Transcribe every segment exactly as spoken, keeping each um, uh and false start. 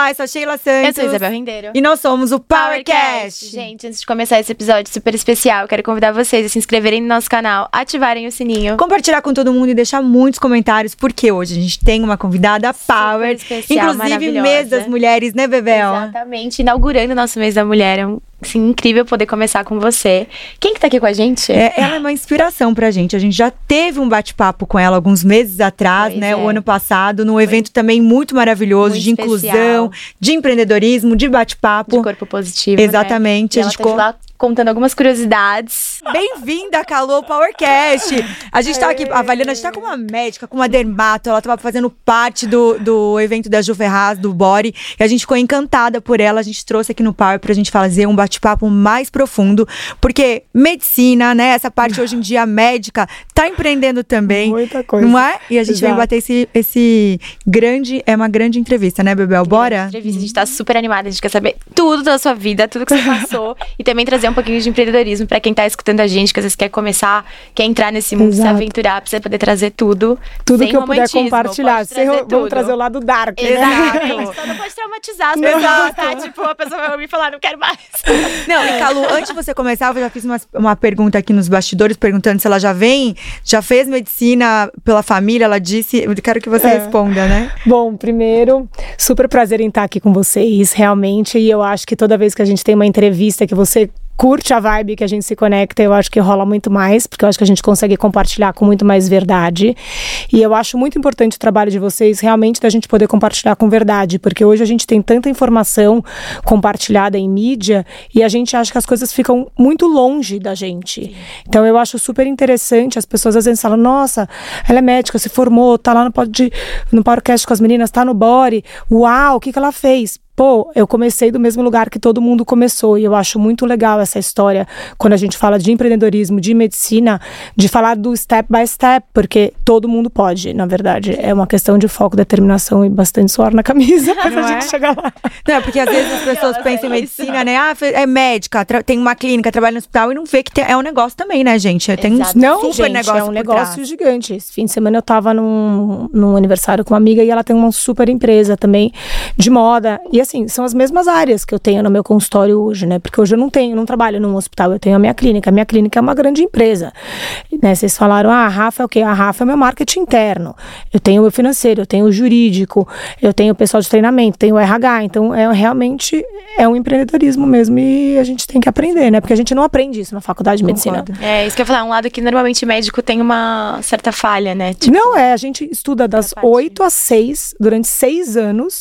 Olá, eu sou a Sheila Santos. Eu sou a Isabel Rendeiro. E nós somos o PowerCast. Gente, antes de começar esse episódio super especial, eu quero convidar vocês a se inscreverem no nosso canal, ativarem o sininho, compartilhar com todo mundo e deixar muitos comentários, porque hoje a gente tem uma convidada Power, especial, inclusive mês das mulheres, né, Bebel? Exatamente, inaugurando o nosso mês da mulher. É um Assim, incrível poder começar com você. Quem que tá aqui com a gente? É, ela é uma inspiração pra gente. A gente já teve um bate-papo com ela alguns meses atrás, pois né? É. O ano passado, num evento Foi. também muito maravilhoso, muito de especial. inclusão, de empreendedorismo, de bate-papo. De corpo positivo, Exatamente. Né? E a ela gente tá de lá contando algumas curiosidades. Bem-vinda, Calu, ao PowerCast. A gente tá aqui, a Valiana, a gente tá com uma médica, com uma dermato, ela tava fazendo parte do, do evento da Ju Ferraz, do Body, e a gente ficou encantada por ela, a gente trouxe aqui no Power pra gente fazer um bate-papo mais profundo, porque medicina, né, essa parte hoje em dia médica, tá empreendendo também. Muita coisa. Não é? E a gente Exato. veio bater esse, esse grande, é uma grande entrevista, né, Bebel? Bora? Entrevista, a gente tá super animada, a gente quer saber tudo da sua vida, tudo que você passou, e também trazer um pouquinho de empreendedorismo pra quem tá escutando a gente, que às vezes quer começar, quer entrar nesse mundo, Exato. se aventurar, pra você poder trazer tudo. Tudo sem que eu puder romantismo, compartilhar. pode Sem trazer ro- Vamos tudo. trazer o lado dark, né? Exato. Só não pode traumatizar as pessoas, tá? Tipo, a pessoa vai ouvir falar, não quero mais. Não, e Calu, antes de você começar, eu já fiz uma, uma pergunta aqui nos bastidores, perguntando se ela já vem, já fez medicina pela família, ela disse, eu quero que você É. responda, né? Bom, primeiro, super prazer em estar aqui com vocês, realmente. E eu acho que toda vez que a gente tem uma entrevista que você curte a vibe, que a gente se conecta, eu acho que rola muito mais, porque eu acho que a gente consegue compartilhar com muito mais verdade. E eu acho muito importante o trabalho de vocês, realmente, da gente poder compartilhar com verdade, porque hoje a gente tem tanta informação compartilhada em mídia e a gente acha que as coisas ficam muito longe da gente. Sim. Então eu acho super interessante, as pessoas às vezes falam, nossa, ela é médica, se formou, tá lá no, pod, no podcast com as meninas, tá no Body, uau, o que que ela fez? Pô, eu comecei do mesmo lugar que todo mundo começou e eu acho muito legal essa história quando a gente fala de empreendedorismo, de medicina, de falar do step by step, porque todo mundo pode, na verdade. É uma questão de foco, determinação e bastante suor na camisa pra Não gente é? chegar lá. Não, é porque às vezes as pessoas Nossa, pensam em é medicina, né? Ah, é médica, tra- tem uma clínica, trabalha no hospital e não vê que tem- é um negócio também, né, gente? Tem um Exato. Não, super gente, negócio é um por negócio trás. gigante. Esse fim de semana eu tava num, num aniversário com uma amiga e ela tem uma super empresa também de moda. E assim, são as mesmas áreas que eu tenho no meu consultório hoje, né? Porque hoje eu não tenho, não trabalho num hospital, eu tenho a minha clínica. A minha clínica é uma grande empresa, né? Vocês falaram, ah, a Rafa é o quê? A Rafa é meu marketing interno. Eu tenho o meu financeiro, eu tenho o jurídico, eu tenho o pessoal de treinamento, tenho o R H. Então, é realmente é um empreendedorismo mesmo e a gente tem que aprender, né? Porque a gente não aprende isso na faculdade de medicina. Concordo. É, isso que eu ia falar, um lado que normalmente médico tem uma certa falha, né? Tipo, Não, é, a gente estuda das parte. oito às seis, durante seis anos,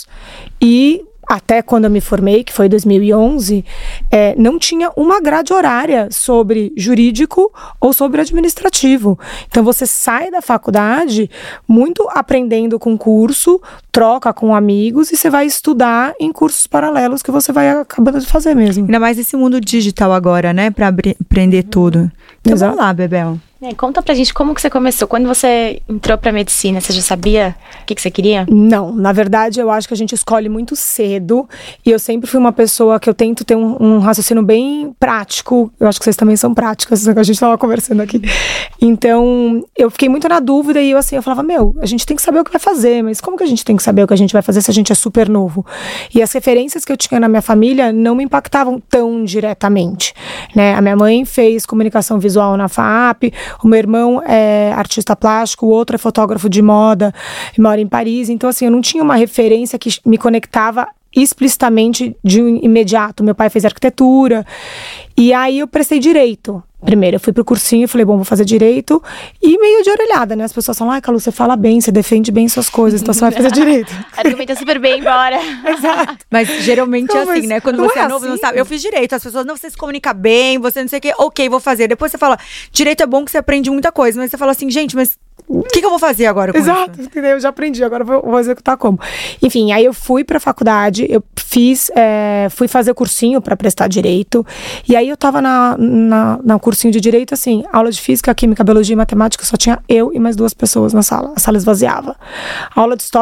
e até quando eu me formei, que foi em dois mil e onze, é, não tinha uma grade horária sobre jurídico ou sobre administrativo. Então você sai da faculdade muito aprendendo com curso, troca com amigos e você vai estudar em cursos paralelos que você vai acabando de fazer mesmo. Ainda mais esse mundo digital agora, né? Pra abrir- aprender tudo. Então Exato. vamos lá, Bebel. É, conta pra gente como que você começou. Quando você entrou pra medicina, você já sabia o que, que você queria? Não, na verdade eu acho que a gente escolhe muito cedo e eu sempre fui uma pessoa que eu tento ter um, um raciocínio bem prático. Eu acho que vocês também são práticas, a gente estava conversando aqui. Então eu fiquei muito na dúvida e eu assim, eu falava, meu, a gente tem que saber o que vai fazer, mas como que a gente tem que saber o que a gente vai fazer se a gente é super novo? E as referências que eu tinha na minha família não me impactavam tão diretamente, né? A minha mãe fez comunicação visual na F A A P, o meu irmão é artista plástico, o outro é fotógrafo de moda, mora em Paris. Então, assim, eu não tinha uma referência que me conectava explicitamente de um imediato. Meu pai fez arquitetura. E aí eu prestei direito. Primeiro, eu fui pro cursinho e falei, bom, vou fazer direito. E meio de orelhada, né? As pessoas falam, ai, Calu, você fala bem, você defende bem suas coisas, então você vai fazer direito. Argumenta super bem, bora. Exato. Mas geralmente Não, é assim, mas né? Quando não você é é novo, não assim. sabe. Eu fiz direito, as pessoas, não, você se comunica bem, você não sei o quê, ok, vou fazer. Depois você fala, direito é bom que você aprende muita coisa, mas você fala assim, gente, mas o que, que eu vou fazer agora com Exato, isso? entendeu? Eu já aprendi, agora eu vou, vou executar como. Enfim, aí eu fui pra faculdade, eu fiz, é, fui fazer cursinho pra prestar direito, e aí eu tava na, na, na cursinho de direito, assim, aula de física, química, biologia e matemática, só tinha eu e mais duas pessoas na sala, a sala esvaziava. Aula de história,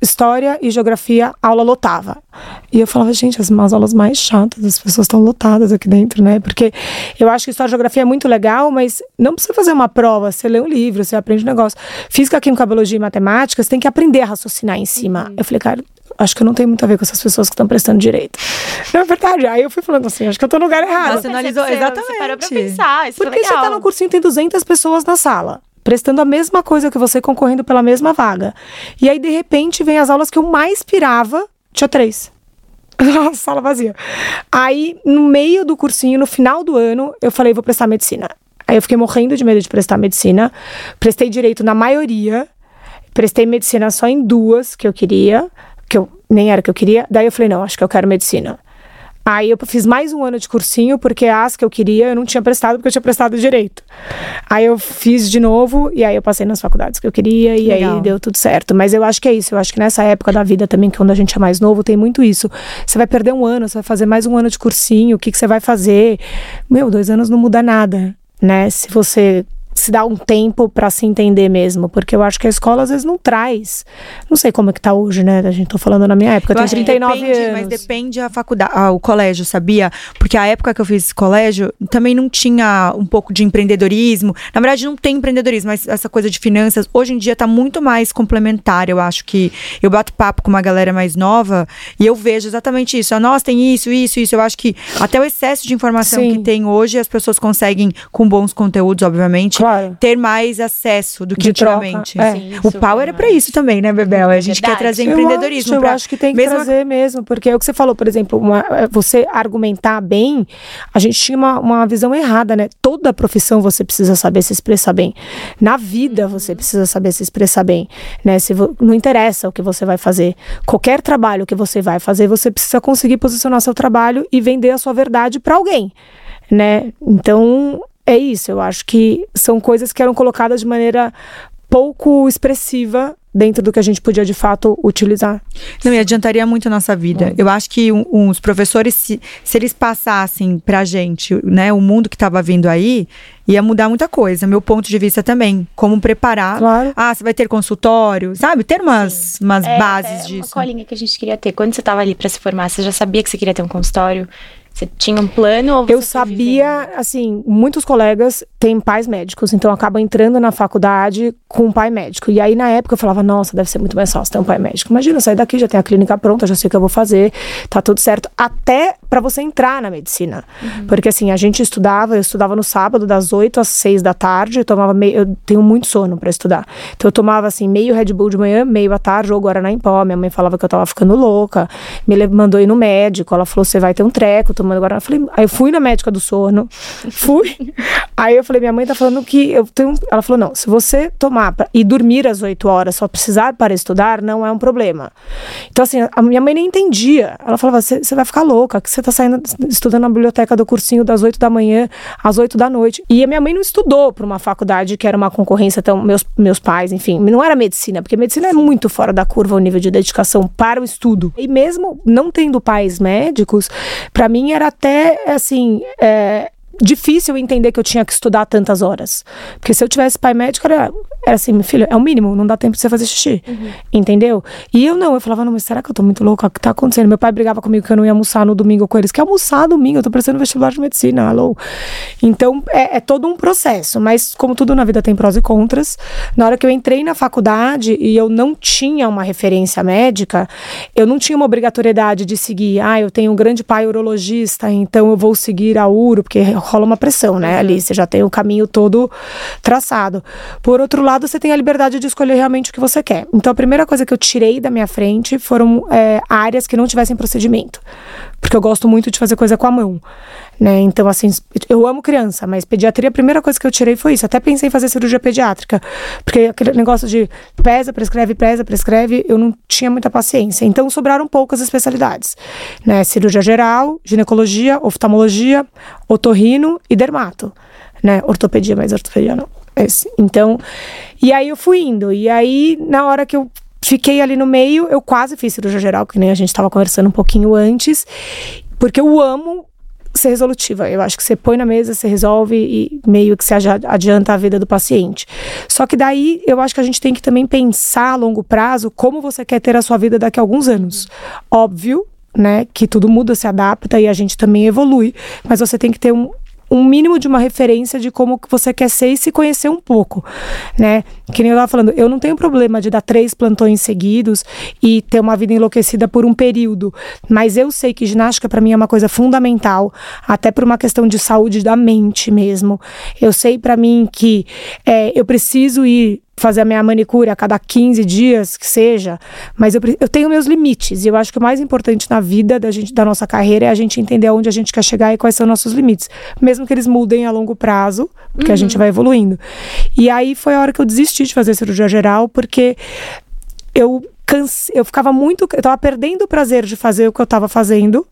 história e geografia, a aula lotava. E eu falava, gente, as, as aulas mais chatas, as pessoas estão lotadas aqui dentro, né? Porque eu acho que história e geografia é muito legal, mas não precisa fazer uma prova, você lê um livro, você aprende um negócio. Física, química, biologia e matemática, você tem que aprender a raciocinar em cima. Uhum. Eu falei, cara, acho que eu não tenho muito a ver com essas pessoas que estão prestando direito. Não é verdade. Aí eu fui falando assim, acho que eu tô no lugar errado. Você analisou, exatamente. Você parou pra pensar, isso Porque foi legal. você tá no cursinho, tem duzentas pessoas na sala, prestando a mesma coisa que você, concorrendo pela mesma vaga. E aí, de repente, vem as aulas que eu mais pirava, tinha três. Nossa, sala vazia. Aí, no meio do cursinho, no final do ano, eu falei, vou prestar medicina. Aí eu fiquei morrendo de medo de prestar medicina. Prestei direito na maioria. Prestei medicina só em duas que eu queria, que eu nem era que eu queria. Daí eu falei, não, acho que eu quero medicina. Aí eu fiz mais um ano de cursinho, porque as que eu queria eu não tinha prestado, porque eu tinha prestado direito. Aí eu fiz de novo, e aí eu passei nas faculdades que eu queria, e Legal. Aí deu tudo certo. Mas eu acho que é isso, eu acho que nessa época da vida também, quando a gente é mais novo, tem muito isso. Você vai perder um ano, você vai fazer mais um ano de cursinho, o que, que você vai fazer? Meu, dois anos não muda nada, né? Se você se dá um tempo pra se entender mesmo, porque eu acho que a escola às vezes não traz, não sei como é que tá hoje, né, a gente tô falando na minha época, eu tenho trinta e nove depende, anos. Mas depende a faculdade, ah, o colégio, sabia? Porque a época que eu fiz colégio, também não tinha um pouco de empreendedorismo, na verdade não tem empreendedorismo, mas essa coisa de finanças, hoje em dia tá muito mais complementar, eu acho que eu bato papo com uma galera mais nova, e eu vejo exatamente isso, ah, nossa, tem isso, isso, isso, eu acho que até o excesso de informação Sim. que tem hoje, as pessoas conseguem, com bons conteúdos, obviamente, Claro. ter mais acesso do que de antigamente. É. Sim, o Power é pra isso também, né, Bebel? A gente Verdade. quer trazer eu empreendedorismo. Acho, pra... Eu acho que tem que mesmo... trazer mesmo, porque é o que você falou, por exemplo, uma, você argumentar bem, a gente tinha uma, uma visão errada, né? Toda profissão você precisa saber se expressar bem. Na vida você precisa saber se expressar bem, né? Se vo... Não interessa o que você vai fazer. Qualquer trabalho que você vai fazer, você precisa conseguir posicionar seu trabalho e vender a sua verdade pra alguém, né? Então... É isso, eu acho que são coisas que eram colocadas de maneira pouco expressiva dentro do que a gente podia de fato utilizar. Não, e adiantaria muito a nossa vida. Hum. Eu acho que um, um, os professores, se, se eles passassem pra gente, né, o mundo que estava vindo aí, ia mudar muita coisa. Meu ponto de vista também, como preparar. Claro. Ah, você vai ter consultório, sabe? Ter umas, umas é, bases é disso. Uma colinha que a gente queria ter. Quando você estava ali para se formar, você já sabia que você queria ter um consultório? Você tinha um plano ou você Eu sabia, assim, muitos colegas têm pais médicos, então acabam entrando na faculdade com um pai médico. E aí, na época, eu falava, nossa, deve ser muito mais fácil ter um pai médico. Imagina, eu sair daqui, já tem a clínica pronta, já sei o que eu vou fazer, tá tudo certo. Até pra você entrar na medicina. Uhum. Porque, assim, a gente estudava, eu estudava no sábado, das oito às seis da tarde, eu tomava meio, eu tenho muito sono pra estudar. Então, eu tomava, assim, meio Red Bull de manhã, meio à tarde, ou Guaraná em pó. Minha mãe falava que eu tava ficando louca, me mandou ir no médico, ela falou, você vai ter um treco, tomando Guaraná. Eu falei, aí eu fui na médica do sono, fui. Aí eu falei, minha mãe tá falando que eu tenho... Ela falou, não, se você tomar pra, e dormir às oito horas, só precisar para estudar, não é um problema. Então, assim, a minha mãe nem entendia. Ela falava, você vai ficar louca, que você tá saindo, estudando na biblioteca do cursinho das oito da manhã às oito da noite. E a minha mãe não estudou para uma faculdade que era uma concorrência, então, meus, meus pais, enfim, não era medicina, porque medicina é muito fora da curva o nível de dedicação para o estudo. E mesmo não tendo pais médicos, para mim era até É, assim, é difícil entender que eu tinha que estudar tantas horas. Porque se eu tivesse pai médico, era, era assim, meu filho, é o mínimo, não dá tempo de você fazer xixi. Uhum. Entendeu? E eu não, eu falava, não, mas será que eu tô muito louca? O que tá acontecendo? Meu pai brigava comigo que eu não ia almoçar no domingo com eles. Quer almoçar domingo? Eu tô prestando vestibular de medicina, alô? Então, é, é todo um processo. Mas, como tudo na vida tem prós e contras, na hora que eu entrei na faculdade e eu não tinha uma referência médica, eu não tinha uma obrigatoriedade de seguir, ah, eu tenho um grande pai urologista, então eu vou seguir a uro, porque rola uma pressão, né, uhum. ali, você já tem o caminho todo traçado. Por outro lado, você tem a liberdade de escolher realmente o que você quer. Então, a primeira coisa que eu tirei da minha frente foram é, áreas que não tivessem procedimento, porque eu gosto muito de fazer coisa com a mão, né, então, assim, eu amo criança, mas pediatria, a primeira coisa que eu tirei foi isso. Até pensei em fazer cirurgia pediátrica, porque aquele negócio de pesa, prescreve, pesa, prescreve, eu não tinha muita paciência. Então, sobraram poucas especialidades, né, cirurgia geral, ginecologia, oftalmologia, otorrino e dermato, né, ortopedia, mas ortopedia não. Esse. Então, e aí eu fui indo, e aí, na hora que eu fiquei ali no meio, eu quase fiz cirurgia geral, que nem a gente estava conversando um pouquinho antes, porque eu amo ser resolutiva. Eu acho que você põe na mesa, você resolve e meio que você adianta a vida do paciente. Só que daí eu acho que a gente tem que também pensar a longo prazo como você quer ter a sua vida daqui a alguns anos. Óbvio, né, que tudo muda, se adapta e a gente também evolui, mas você tem que ter um um mínimo de uma referência de como que você quer ser e se conhecer um pouco, né? Que nem eu tava falando, eu não tenho problema de dar três plantões seguidos e ter uma vida enlouquecida por um período, mas eu sei que ginástica para mim é uma coisa fundamental, até por uma questão de saúde da mente mesmo. Eu sei para mim que é, eu preciso ir fazer a minha manicure a cada quinze dias, que seja, mas eu, eu tenho meus limites, e eu acho que o mais importante na vida da, gente, da nossa carreira é a gente entender aonde a gente quer chegar e quais são nossos limites, mesmo que eles mudem a longo prazo, porque uhum. a gente vai evoluindo. E aí foi a hora que eu desisti de fazer cirurgia geral, porque eu, canse, eu ficava muito, eu tava perdendo o prazer de fazer o que eu tava fazendo,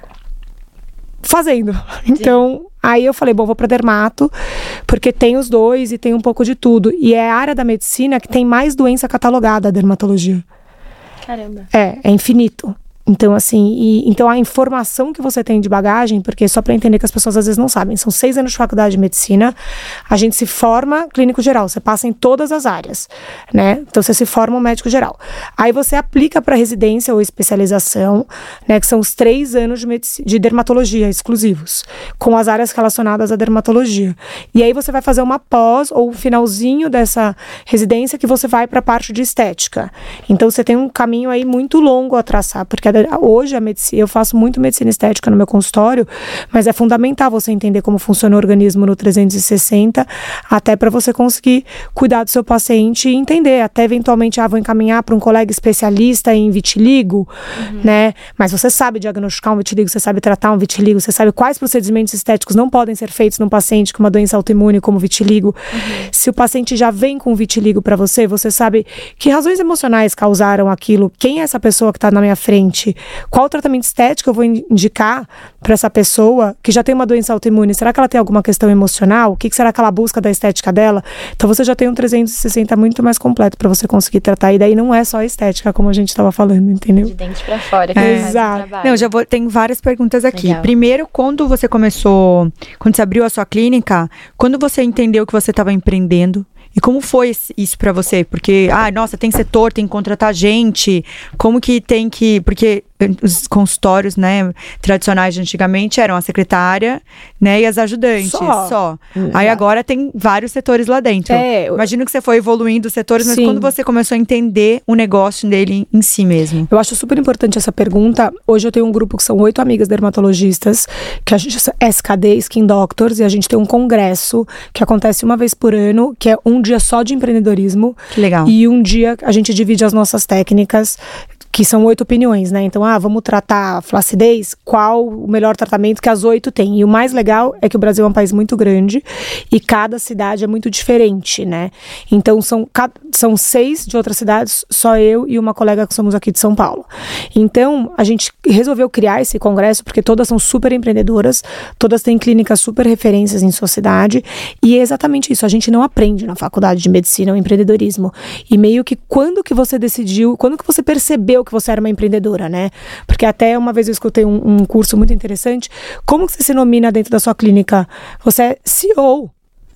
fazendo. Então, aí eu falei, bom, vou pra dermato, porque tem os dois e tem um pouco de tudo. E é a área da medicina que tem mais doença catalogada, a dermatologia. Caramba. É, é infinito. Então, assim, e, então a informação que você tem de bagagem, porque só para entender que as pessoas às vezes não sabem, são seis anos de faculdade de medicina, a gente se forma clínico geral, você passa em todas as áreas, né? Então você se forma um médico geral. Aí você aplica para residência ou especialização, né? Que são os três anos de, medici- de dermatologia exclusivos, com as áreas relacionadas à dermatologia. E aí você vai fazer uma pós ou um finalzinho dessa residência que você vai para a parte de estética. Então você tem um caminho aí muito longo a traçar, porque hoje a medicina, eu faço muito medicina estética no meu consultório, mas é fundamental você entender como funciona o organismo no trezentos e sessenta, até para você conseguir cuidar do seu paciente e entender, até eventualmente, ah, vou encaminhar para um colega especialista em vitiligo, uhum. né? Mas você sabe diagnosticar um vitiligo, você sabe tratar um vitiligo, você sabe quais procedimentos estéticos não podem ser feitos num paciente com uma doença autoimune como vitiligo. Uhum. Se o paciente já vem com vitiligo para você, você sabe que razões emocionais causaram aquilo, quem é essa pessoa que está na minha frente, qual o tratamento estético eu vou indicar para essa pessoa que já tem uma doença autoimune? Será que ela tem alguma questão emocional? O que será que ela busca da estética dela? Então você já tem um trezentos e sessenta muito mais completo para você conseguir tratar. E daí não é só a estética, como a gente estava falando, entendeu? De dente para fora. Que é. Exato. Não, já vou, tem várias perguntas aqui. Legal. Primeiro, quando você começou, quando você abriu a sua clínica, quando você entendeu que você estava empreendendo? E como foi isso pra você? Porque, ah, nossa, tem setor, tem que contratar gente. Como que tem que... Porque os consultórios, né, tradicionais de antigamente eram a secretária, né, e as ajudantes, só. só. Hum, Aí é. agora tem vários setores lá dentro. É, eu... Imagino que você foi evoluindo os setores, mas Sim. quando você começou a entender o negócio dele em si mesmo? Eu acho super importante essa pergunta. Hoje eu tenho um grupo que são oito amigas dermatologistas, que a gente é S K D, Skin Doctors, e a gente tem um congresso que acontece uma vez por ano, que é um dia só de empreendedorismo. Que legal. E um dia a gente divide as nossas técnicas, que são oito opiniões, né? Então, ah, vamos tratar a flacidez, qual o melhor tratamento que as oito têm? E o mais legal é que o Brasil é um país muito grande e cada cidade é muito diferente, né? Então, são, são seis de outras cidades, só eu e uma colega que somos aqui de São Paulo. Então, a gente resolveu criar esse congresso porque todas são super empreendedoras, todas têm clínicas super referências em sua cidade, e é exatamente isso, a gente não aprende na faculdade de medicina o empreendedorismo. E meio que quando que você decidiu, quando que você percebeu que você era uma empreendedora, né? Porque até uma vez eu escutei um, um curso muito interessante. Como que você se nomina dentro da sua clínica? Você é C E O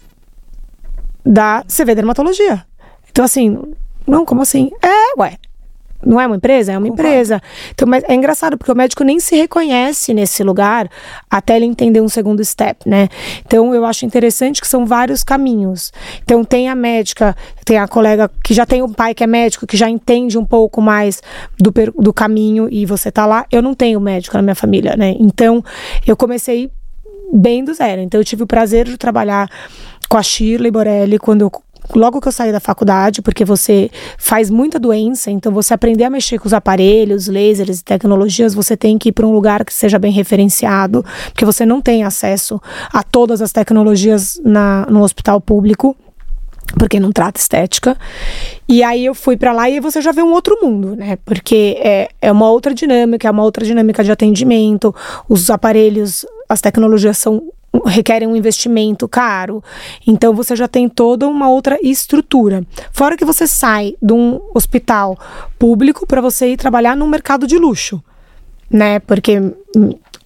da C V Dermatologia. Então, assim, não, como assim? É, ué. Não é uma empresa? É uma Concordo. empresa. Então, mas é engraçado, porque o médico nem se reconhece nesse lugar até ele entender um segundo step, né? Então, eu acho interessante que são vários caminhos. Então, tem a médica, tem a colega que já tem um pai que é médico, que já entende um pouco mais do, do caminho, e você tá lá. Eu não tenho médico na minha família, né? Então, eu comecei bem do zero. Então, eu tive o prazer de trabalhar com a Shirley Borelli quando eu logo que eu saí da faculdade, porque você faz muita doença, então você aprender a mexer com os aparelhos, lasers e tecnologias, você tem que ir para um lugar que seja bem referenciado, porque você não tem acesso a todas as tecnologias na, no hospital público, porque não trata estética. E aí eu fui pra lá e você já vê um outro mundo, né? Porque é, é uma outra dinâmica, é uma outra dinâmica de atendimento, os aparelhos, as tecnologias são requerem um investimento caro, então você já tem toda uma outra estrutura. Fora que você sai de um hospital público para você ir trabalhar num mercado de luxo, né? Porque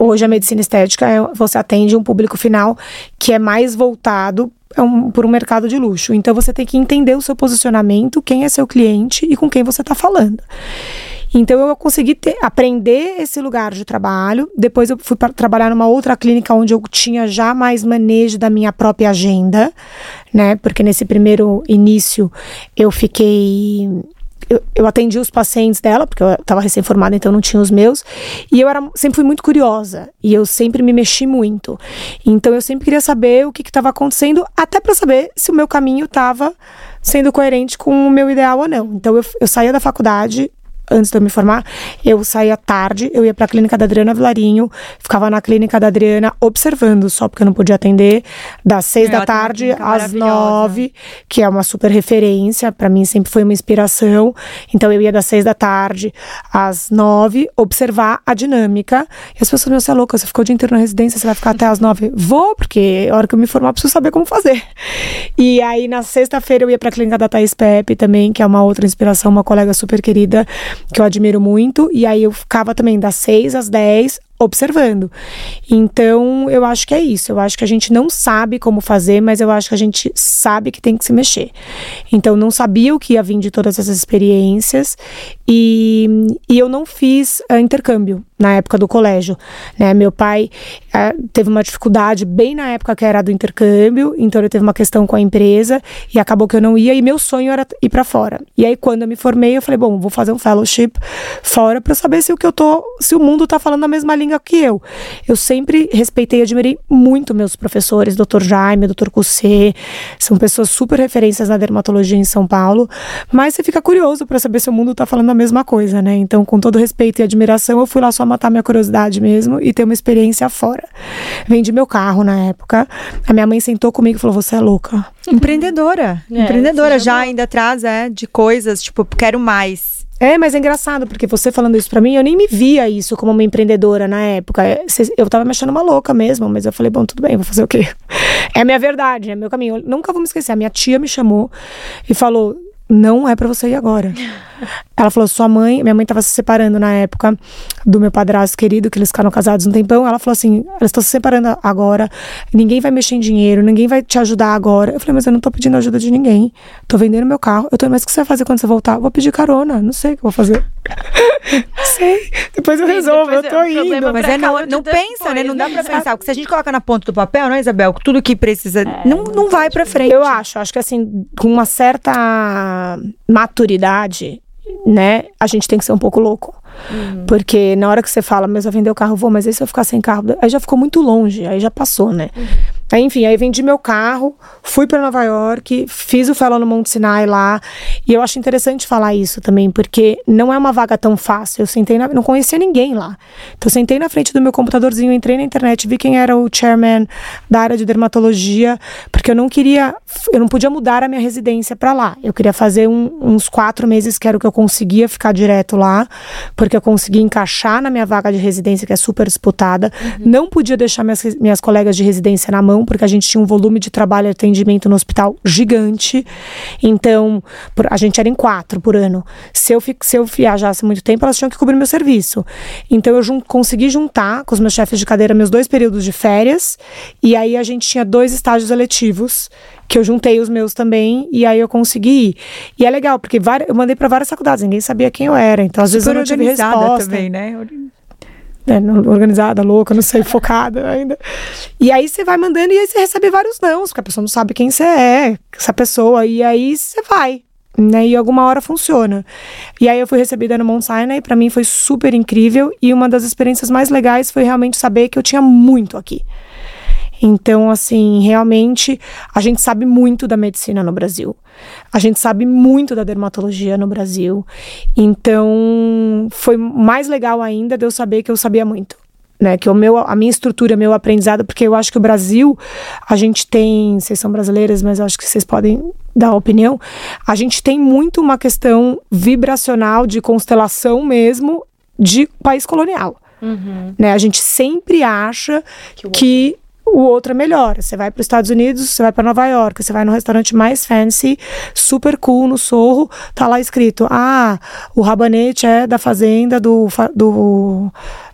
Hoje a medicina estética, é, você atende um público final que é mais voltado é um, por um mercado de luxo. Então você tem que entender o seu posicionamento, quem é seu cliente e com quem você está falando. Então eu consegui ter, aprender esse lugar de trabalho. Depois eu fui para trabalhar numa outra clínica onde eu tinha já mais manejo da minha própria agenda, né? Porque nesse primeiro início eu fiquei... Eu, eu atendi os pacientes dela, porque eu estava recém-formada, então não tinha os meus. E eu era, sempre fui muito curiosa. E eu sempre me mexi muito. Então eu sempre queria saber o que estava acontecendo, até para saber se o meu caminho estava sendo coerente com o meu ideal ou não. Então eu, eu saía da faculdade... Antes de eu me formar, eu saía tarde, eu ia pra clínica da Adriana Vilarinho, ficava na clínica da Adriana observando, só porque eu não podia atender, das seis da tarde às nove, que é uma super referência, pra mim sempre foi uma inspiração. Então eu ia das seis da tarde às nove, observar a dinâmica. E as pessoas me você é louca, você ficou o dia inteiro na residência, você vai ficar até às nove? Vou, porque a hora que eu me formar eu preciso saber como fazer. E aí na sexta-feira eu ia pra clínica da Thaís Pepe também, que é uma outra inspiração, uma colega super querida, que eu admiro muito, e aí eu ficava também das seis às dez observando. Então, eu acho que é isso. Eu acho que a gente não sabe como fazer, mas eu acho que a gente sabe que tem que se mexer. Então, não sabia o que ia vir de todas essas experiências e, e eu não fiz uh, intercâmbio na época do colégio, né? Meu pai uh, teve uma dificuldade bem na época que era do intercâmbio, então ele teve uma questão com a empresa e acabou que eu não ia, e meu sonho era ir pra fora. E aí, quando eu me formei, eu falei, bom, vou fazer um fellowship fora pra saber se o que eu tô, se o mundo tá falando a mesma língua que eu. Eu sempre respeitei e admirei muito meus professores, doutor Jaime, doutor Cussé, são pessoas super referências na dermatologia em São Paulo, mas você fica curioso para saber se o mundo tá falando a mesma coisa, né? Então, com todo respeito e admiração, eu fui lá só matar minha curiosidade mesmo e ter uma experiência fora. Vendi meu carro na época, a minha mãe sentou comigo e falou, você é louca. Empreendedora. É, Empreendedora já ainda atrás, é, de coisas, tipo, quero mais. É, mas é engraçado, porque você falando isso pra mim, eu nem me via isso como uma empreendedora na época. Eu tava me achando uma louca mesmo, mas eu falei, bom, tudo bem, vou fazer o quê? É a minha verdade, é meu caminho. Eu nunca vou me esquecer, a minha tia me chamou e falou, não é pra você ir agora. Ela falou, sua mãe, minha mãe tava se separando na época do meu padrasto querido, que eles ficaram casados um tempão. Ela falou assim, elas estão se separando agora, ninguém vai mexer em dinheiro, ninguém vai te ajudar agora. Eu falei, mas eu não tô pedindo ajuda de ninguém, tô vendendo meu carro. Eu tô, mas o que você vai fazer quando você voltar? Vou pedir carona, não sei o que eu vou fazer. Não sei, depois eu resolvo, eu tô indo. Mas é, não, não pensa, depois, né, não dá pra pensar, porque se a gente coloca na ponta do papel, não é, Isabel? Tudo que precisa, é, não, não vai pra frente. Eu acho, acho que assim, com uma certa maturidade, né, a gente tem que ser um pouco louco. Uhum. Porque na hora que você fala, mas eu vender o carro, vou, mas aí se eu ficar sem carro, aí já ficou muito longe, aí já passou, né? Uhum. Aí, enfim, aí vendi meu carro, fui pra Nova York, fiz o fellow no Monte Sinai lá, e eu acho interessante falar isso também, porque não é uma vaga tão fácil. Eu sentei, na, não conhecia ninguém lá. Então eu sentei na frente do meu computadorzinho, entrei na internet, vi quem era o chairman da área de dermatologia, porque eu não queria, eu não podia mudar a minha residência pra lá. Eu queria fazer um, uns quatro meses, que era o que eu conseguia ficar direto lá, porque eu consegui encaixar na minha vaga de residência, que é super disputada. Uhum. Não podia deixar minhas, minhas colegas de residência na mão, porque a gente tinha um volume de trabalho e atendimento no hospital gigante. Então, por, a gente era em quatro por ano. Se eu, se eu viajasse muito tempo, elas tinham que cobrir meu serviço. Então, eu jun, consegui juntar com os meus chefes de cadeira meus dois períodos de férias, e aí a gente tinha dois estágios eletivos, que eu juntei os meus também, e aí eu consegui ir. E é legal, porque várias, eu mandei para várias faculdades, ninguém sabia quem eu era, então às super vezes eu não tive resposta. Também, né? É, organizada, louca, não sei, focada ainda. E aí você vai mandando e aí você recebe vários nãos, porque a pessoa não sabe quem você é, essa pessoa, e aí você vai, né? E alguma hora funciona. E aí eu fui recebida no Mount Sinai, pra mim foi super incrível, e uma das experiências mais legais foi realmente saber que eu tinha muito aqui. Então, assim, realmente, a gente sabe muito da medicina no Brasil. A gente sabe muito da dermatologia no Brasil. Então, foi mais legal ainda de eu saber que eu sabia muito. Né? Que o meu, a minha estrutura, meu aprendizado, porque eu acho que o Brasil, a gente tem, vocês são brasileiras, mas eu acho que vocês podem dar opinião, a gente tem muito uma questão vibracional, de constelação mesmo, de país colonial. Uhum. Né? A gente sempre acha que... que o outro é melhor. Você vai para os Estados Unidos, você vai para Nova York, você vai no restaurante mais fancy, super cool, no Sorro, tá lá escrito, ah, o rabanete é da fazenda do, do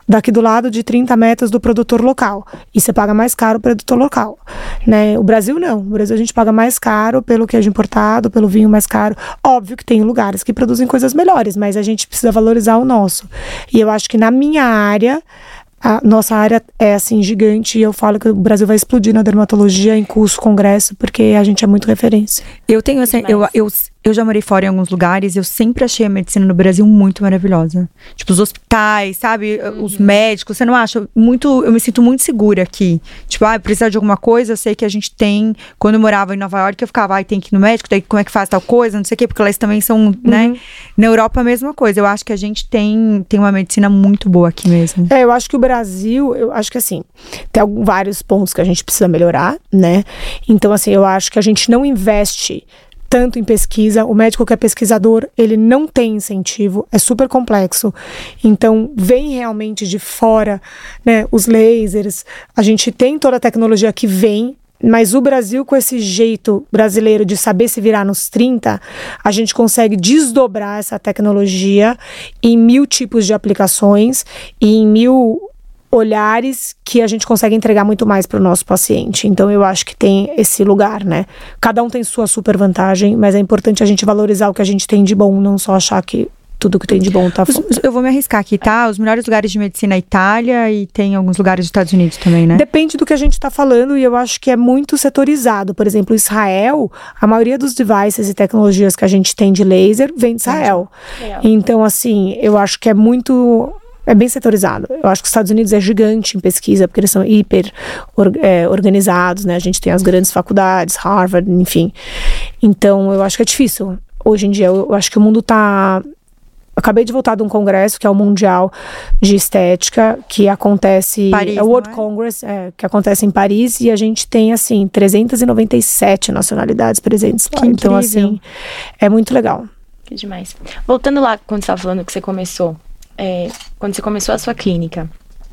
daqui do lado de trinta metros do produtor local. E você paga mais caro o produtor local, né? O Brasil não. O Brasil a gente paga mais caro pelo queijo importado, pelo vinho mais caro. Óbvio que tem lugares que produzem coisas melhores, mas a gente precisa valorizar o nosso. E eu acho que na minha área, a nossa área é assim gigante, e eu falo que o Brasil vai explodir na dermatologia em curso, congresso, porque a gente é muito referência. Eu tenho assim, eu, eu, eu já morei fora em alguns lugares, eu sempre achei a medicina no Brasil muito maravilhosa. Tipo, os hospitais, sabe? Uhum. Os médicos, você não acha? Muito, eu me sinto muito segura aqui. Tipo, ah, precisar de alguma coisa, eu sei que a gente tem. Quando eu morava em Nova York, eu ficava, ai, ah, tem que ir no médico, daí como é que faz tal coisa, não sei o quê, porque elas também são, uhum. né? Na Europa, a mesma coisa. Eu acho que a gente tem, tem uma medicina muito boa aqui mesmo. É, eu acho que o Brasil, eu acho que assim, tem alguns, vários pontos que a gente precisa melhorar, né? Então, assim, eu acho que a gente não investe tanto em pesquisa. O médico que é pesquisador, ele não tem incentivo, é super complexo. Então, vem realmente de fora, né, os lasers, a gente tem toda a tecnologia que vem, mas o Brasil, com esse jeito brasileiro de saber se virar nos trinta, a gente consegue desdobrar essa tecnologia em mil tipos de aplicações e em mil olhares que a gente consegue entregar muito mais para o nosso paciente. Então eu acho que tem esse lugar, né? Cada um tem sua super vantagem, mas é importante a gente valorizar o que a gente tem de bom, não só achar que tudo que tem de bom tá fora. Eu vou me arriscar aqui, tá? Os melhores lugares de medicina é Itália e tem alguns lugares dos Estados Unidos também, né? Depende do que a gente tá falando, e eu acho que é muito setorizado. Por exemplo, Israel, a maioria dos devices e tecnologias que a gente tem de laser vem de Israel. Legal. Então, assim, eu acho que é muito... É bem setorizado. Eu acho que os Estados Unidos é gigante em pesquisa, porque eles são hiper or, é, organizados, né? A gente tem as grandes faculdades, Harvard, enfim. Então, eu acho que é difícil. Hoje em dia, eu, eu acho que o mundo tá... Acabei de voltar de um congresso, que é o Mundial de Estética, que acontece... Paris, é o World é? Congress, é, que acontece em Paris, e a gente tem, assim, trezentas e noventa e sete nacionalidades presentes lá. Que então, incrível. assim, é muito legal. Que demais. Voltando lá, quando você estava falando que você começou... É, quando você começou a sua clínica,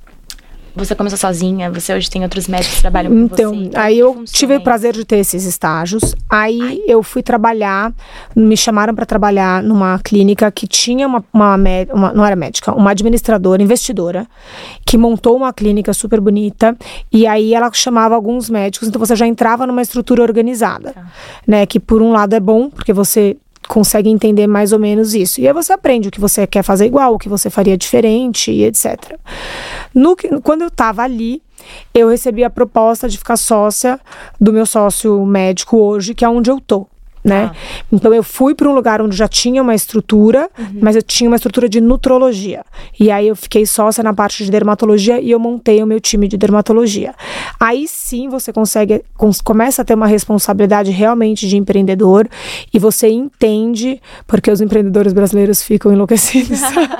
você começou sozinha? Você hoje tem outros médicos que trabalham com então, você? Então, aí eu tive o prazer de ter esses estágios. Aí Ai. eu fui trabalhar, me chamaram para trabalhar numa clínica que tinha uma, uma, uma, não era médica, uma administradora, investidora, que montou uma clínica super bonita. E aí ela chamava alguns médicos, então você já entrava numa estrutura organizada, tá. né? Que por um lado é bom, porque você consegue entender mais ou menos isso. E aí você aprende o que você quer fazer igual, o que você faria diferente e etcétera. No, quando eu estava ali, eu recebi a proposta de ficar sócia do meu sócio médico hoje, que é onde eu tô. Né? Ah. Então eu fui para um lugar onde já tinha uma estrutura, uhum. mas eu tinha uma estrutura de nutrologia. E aí eu fiquei sócia na parte de dermatologia e eu montei o meu time de dermatologia. Aí sim você consegue, começa a ter uma responsabilidade realmente de empreendedor, e você entende porque os empreendedores brasileiros ficam enlouquecidos.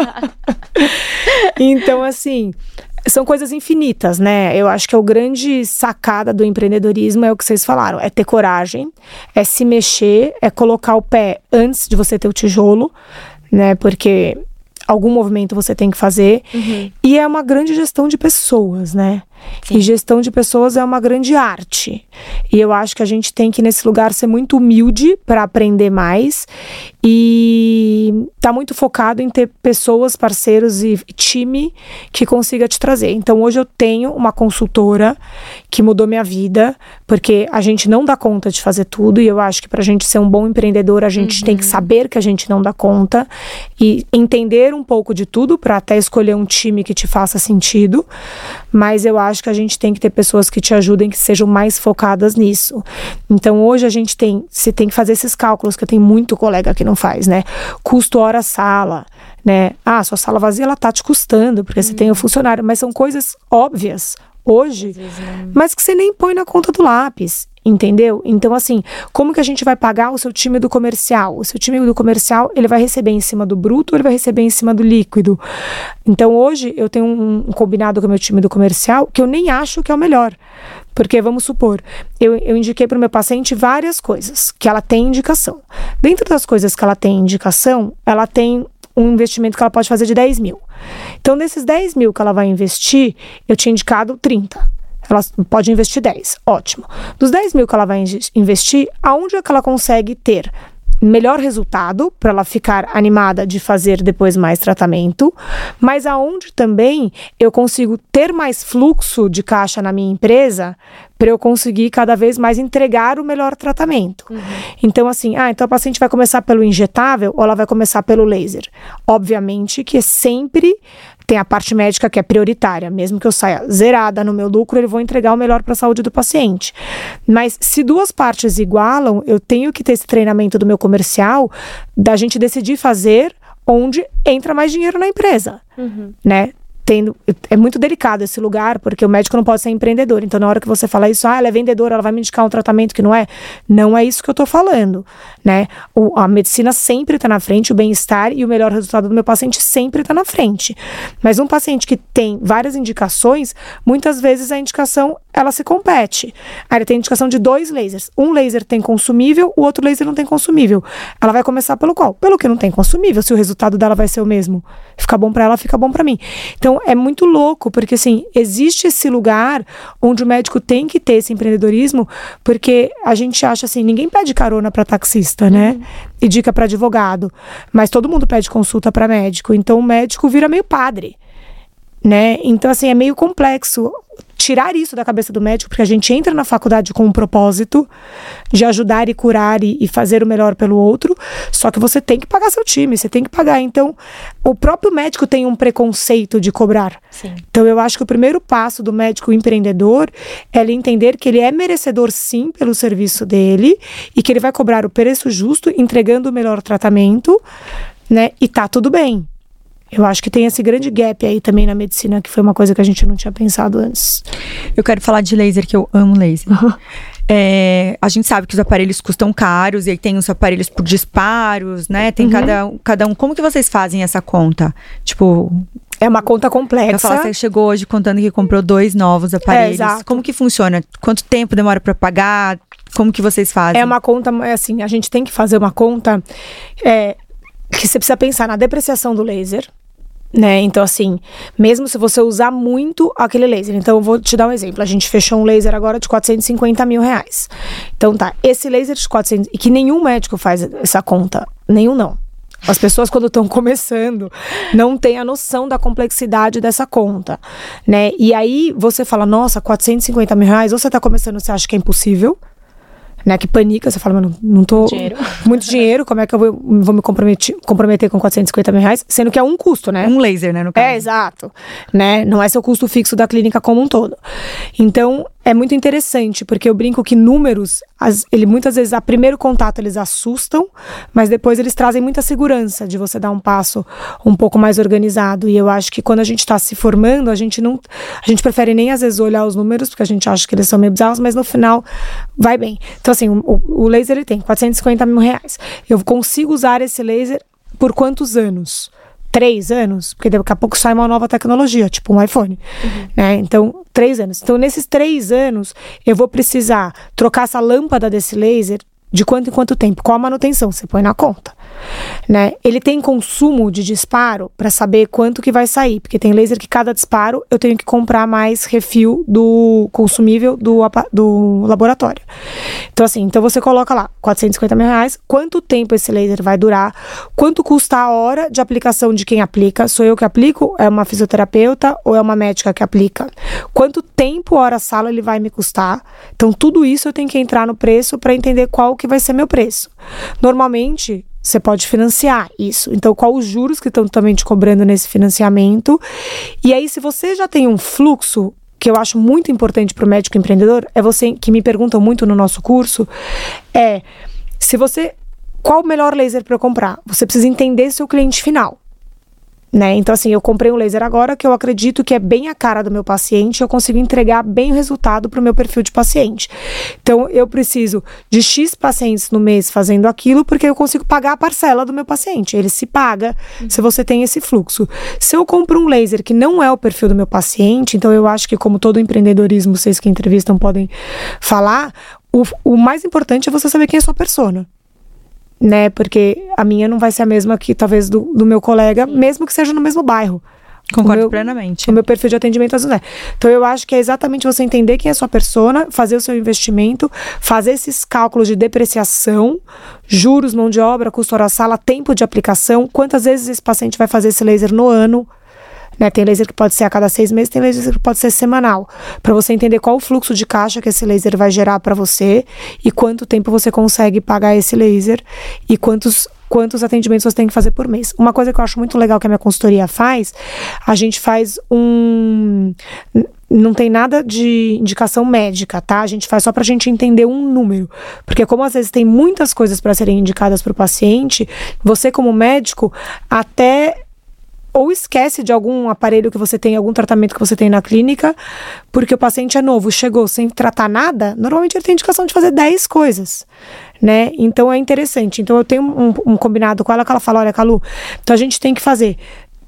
Então, assim, são coisas infinitas, né? Eu acho que a grande sacada do empreendedorismo é o que vocês falaram, é ter coragem, é se mexer, é colocar o pé antes de você ter o tijolo, né? Porque algum movimento você tem que fazer. Uhum. E é uma grande gestão de pessoas, né? Sim. E gestão de pessoas é uma grande arte. E eu acho que a gente tem que, nesse lugar, ser muito humilde para aprender mais. E tá muito focado em ter pessoas, parceiros e time que consiga te trazer. Então, hoje eu tenho uma consultora que mudou minha vida, porque a gente não dá conta de fazer tudo. E eu acho que pra gente ser um bom empreendedor, a gente uhum. tem que saber que a gente não dá conta e entender um pouco de tudo para até escolher um time que te faça sentido. Mas eu acho que a gente tem que ter pessoas que te ajudem, que sejam mais focadas nisso. Então hoje a gente tem, você tem que fazer esses cálculos, que tem muito colega que não faz, né? Custo hora sala, né? Ah, sua sala vazia, ela tá te custando, porque hum. você tem o funcionário, mas são coisas óbvias hoje, mas que você nem põe na conta do lápis, entendeu? Então, assim, como que a gente vai pagar o seu time do comercial? O seu time do comercial, ele vai receber em cima do bruto ou ele vai receber em cima do líquido? Então, hoje, eu tenho um, um combinado com o meu time do comercial que eu nem acho que é o melhor. Porque, vamos supor, eu, eu indiquei para o meu paciente várias coisas que ela tem indicação. Dentro das coisas que ela tem indicação, ela tem um investimento que ela pode fazer de dez mil. Então, desses dez mil que ela vai investir, eu tinha indicado trinta. Ela pode investir dez, ótimo. Dos dez mil que ela vai investir, aonde é que ela consegue ter melhor resultado, para ela ficar animada de fazer depois mais tratamento, mas aonde também eu consigo ter mais fluxo de caixa na minha empresa para eu conseguir cada vez mais entregar o melhor tratamento. Uhum. Então, assim, ah, então a paciente vai começar pelo injetável ou ela vai começar pelo laser? Obviamente que sempre tem a parte médica que é prioritária. Mesmo que eu saia zerada no meu lucro, eu vou entregar o melhor para a saúde do paciente. Mas se duas partes igualam, eu tenho que ter esse treinamento do meu comercial, da gente decidir fazer onde entra mais dinheiro na empresa, uhum. né? Tendo, é muito delicado esse lugar, porque o médico não pode ser empreendedor. Então, na hora que você fala isso, ah, ela é vendedora, ela vai me indicar um tratamento que não é. Não é isso que eu tô falando, né? O, a medicina sempre tá na frente, o bem-estar e o melhor resultado do meu paciente sempre tá na frente. Mas um paciente que tem várias indicações, muitas vezes a indicação, ela se compete. Aí ele tem indicação de dois lasers. Um laser tem consumível, o outro laser não tem consumível. Ela vai começar pelo qual? Pelo que não tem consumível, se o resultado dela vai ser o mesmo. Fica bom pra ela, fica bom pra mim. Então, é muito louco, porque assim, existe esse lugar onde o médico tem que ter esse empreendedorismo, porque a gente acha assim, ninguém pede carona para taxista, né? Uhum. E dica para advogado, mas todo mundo pede consulta para médico, então o médico vira meio padre, né? Então assim, é meio complexo tirar isso da cabeça do médico, porque a gente entra na faculdade com um propósito de ajudar e curar e, e fazer o melhor pelo outro, só que você tem que pagar seu time, você tem que pagar. Então, o próprio médico tem um preconceito de cobrar. Sim. Então, eu acho que o primeiro passo do médico empreendedor é ele entender que ele é merecedor, sim, pelo serviço dele e que ele vai cobrar o preço justo, entregando o melhor tratamento, né? E tá tudo bem. Eu acho que tem esse grande gap aí também na medicina, que foi uma coisa que a gente não tinha pensado antes. Eu quero falar de laser, que eu amo laser. É, a gente sabe que os aparelhos custam caros, e aí tem os aparelhos por disparos, né? Tem uhum. cada, cada um. Como que vocês fazem essa conta? Tipo... É uma conta complexa. Falar, você chegou hoje contando que comprou dois novos aparelhos. É, como que funciona? Quanto tempo demora para pagar? Como que vocês fazem? É uma conta, assim, a gente tem que fazer uma conta... É, que você precisa pensar na depreciação do laser, né? Então, assim, mesmo se você usar muito aquele laser. Então, eu vou te dar um exemplo. A gente fechou um laser agora de quatrocentos e cinquenta mil reais. Então, tá, esse laser de quatrocentos... E que nenhum médico faz essa conta. Nenhum, não. As pessoas, quando estão começando, não têm a noção da complexidade dessa conta, né? E aí, você fala, nossa, quatrocentos e cinquenta mil reais, ou você tá começando, você acha que é impossível, né, que panica, você fala, mas não, não tô... Dinheiro. Muito dinheiro, como é que eu vou, vou me comprometer, comprometer com quatrocentos e cinquenta mil reais? Sendo que é um custo, né? Um laser, né, no caso. É, exato. Né? Não é seu custo fixo da clínica como um todo. Então, é muito interessante, porque eu brinco que números, as, ele, muitas vezes, a primeiro contato, eles assustam, mas depois eles trazem muita segurança de você dar um passo um pouco mais organizado. E eu acho que quando a gente está se formando, a gente não... A gente prefere nem, às vezes, olhar os números, porque a gente acha que eles são meio bizarros, mas no final, vai bem. Então, assim, o, o laser, ele tem quatrocentos e cinquenta mil reais. Eu consigo usar esse laser por quantos anos? Três anos? Porque daqui a pouco sai uma nova tecnologia, tipo um iPhone, uhum. né? Então, três anos. Então, nesses três anos, eu vou precisar trocar essa lâmpada desse laser de quanto em quanto tempo? Qual a manutenção? Você põe na conta, né? Ele tem consumo de disparo para saber quanto que vai sair, porque tem laser que cada disparo eu tenho que comprar mais refil do consumível do, do laboratório. Então assim, então você coloca lá quatrocentos e cinquenta mil reais, quanto tempo esse laser vai durar, quanto custa a hora de aplicação de quem aplica, sou eu que aplico, é uma fisioterapeuta ou é uma médica que aplica, quanto tempo, hora sala ele vai me custar, então tudo isso eu tenho que entrar no preço para entender qual que vai ser meu preço. Normalmente, você pode financiar isso. Então, qual os juros que estão também te cobrando nesse financiamento? E aí, se você já tem um fluxo, que eu acho muito importante para o médico empreendedor, é você, que me perguntam muito no nosso curso, é, se você, qual o melhor laser para eu comprar? Você precisa entender seu cliente final. Né? Então, assim, eu comprei um laser agora que eu acredito que é bem a cara do meu paciente, eu consigo entregar bem o resultado para o meu perfil de paciente. Então, eu preciso de X pacientes no mês fazendo aquilo, porque eu consigo pagar a parcela do meu paciente. Ele se paga uhum. se você tem esse fluxo. Se eu compro um laser que não é o perfil do meu paciente, então eu acho que, como todo empreendedorismo, vocês que entrevistam podem falar, o, o mais importante é você saber quem é a sua persona. Né, porque a minha não vai ser a mesma que talvez do, do meu colega, Sim. mesmo que seja no mesmo bairro. Concordo o meu, plenamente. O meu perfil de atendimento não é. Então eu acho que é exatamente você entender quem é a sua persona, fazer o seu investimento, fazer esses cálculos de depreciação, juros, mão de obra, custo hora sala, tempo de aplicação, quantas vezes esse paciente vai fazer esse laser no ano. Né, tem laser que pode ser a cada seis meses, tem laser que pode ser semanal, para você entender qual o fluxo de caixa que esse laser vai gerar para você e quanto tempo você consegue pagar esse laser e quantos, quantos atendimentos você tem que fazer por mês. Uma coisa que eu acho muito legal que a minha consultoria faz, a gente faz um... Não tem nada de indicação médica, tá? A gente faz só pra gente entender um número. Porque como às vezes tem muitas coisas para serem indicadas pro paciente, você como médico até... ou esquece de algum aparelho que você tem, algum tratamento que você tem na clínica, porque o paciente é novo, chegou sem tratar nada, normalmente ele tem indicação de fazer dez coisas, né? Então é interessante. Então eu tenho um, um combinado com ela, que ela fala, olha, Calu, então a gente tem que fazer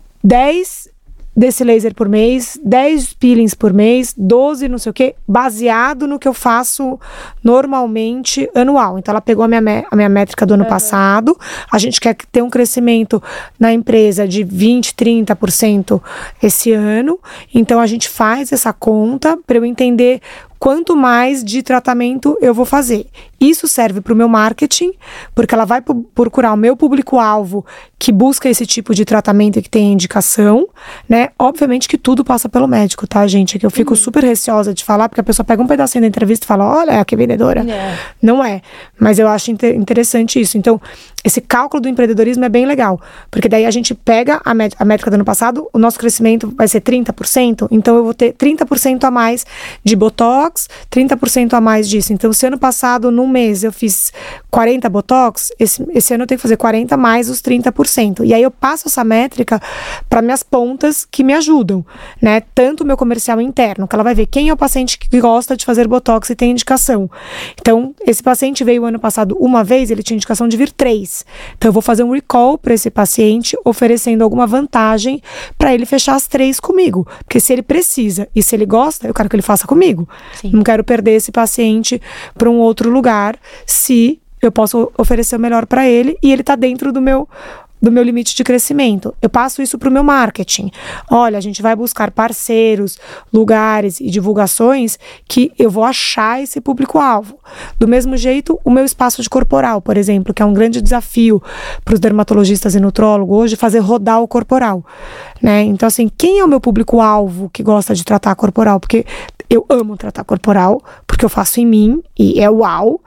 dez desse laser por mês, dez peelings por mês, doze não sei o que, baseado no que eu faço normalmente anual. Então ela pegou a minha, a minha métrica do ano uhum. passado, a gente quer ter um crescimento na empresa de vinte, trinta por cento esse ano, então a gente faz essa conta para eu entender quanto mais de tratamento eu vou fazer. Isso serve para o meu marketing, porque ela vai procurar o meu público-alvo que busca esse tipo de tratamento e que tem indicação, né? Obviamente que tudo passa pelo médico, tá, gente? É que eu fico uhum. super receosa de falar, porque a pessoa pega um pedacinho da entrevista e fala, olha, que vendedora. Yeah. Não é. Mas eu acho inter- interessante isso. Então, esse cálculo do empreendedorismo é bem legal, porque daí a gente pega a, met- a métrica do ano passado, o nosso crescimento vai ser trinta por cento, então eu vou ter trinta por cento a mais de botox, trinta por cento a mais disso. Então, se ano passado, num mês, eu fiz quarenta botox, esse, esse ano eu tenho que fazer quarenta mais os trinta por cento. E aí eu passo essa métrica para minhas pontas que me ajudam, né? Tanto o meu comercial interno, que ela vai ver quem é o paciente que gosta de fazer botox e tem indicação. Então, esse paciente veio ano passado uma vez, ele tinha indicação de vir três. Então, eu vou fazer um recall para esse paciente, oferecendo alguma vantagem para ele fechar as três comigo. Porque se ele precisa e se ele gosta, eu quero que ele faça comigo. Sim. Não quero perder esse paciente para um outro lugar, se eu posso oferecer o melhor para ele e ele está dentro do meu do meu limite de crescimento. Eu passo isso para o meu marketing. Olha, a gente vai buscar parceiros, lugares e divulgações que eu vou achar esse público-alvo. Do mesmo jeito, o meu espaço de corporal, por exemplo, que é um grande desafio para os dermatologistas e nutrólogos hoje, fazer rodar o corporal, né? Então, assim, quem é o meu público-alvo que gosta de tratar corporal? Porque eu amo tratar corporal, porque eu faço em mim e é uau.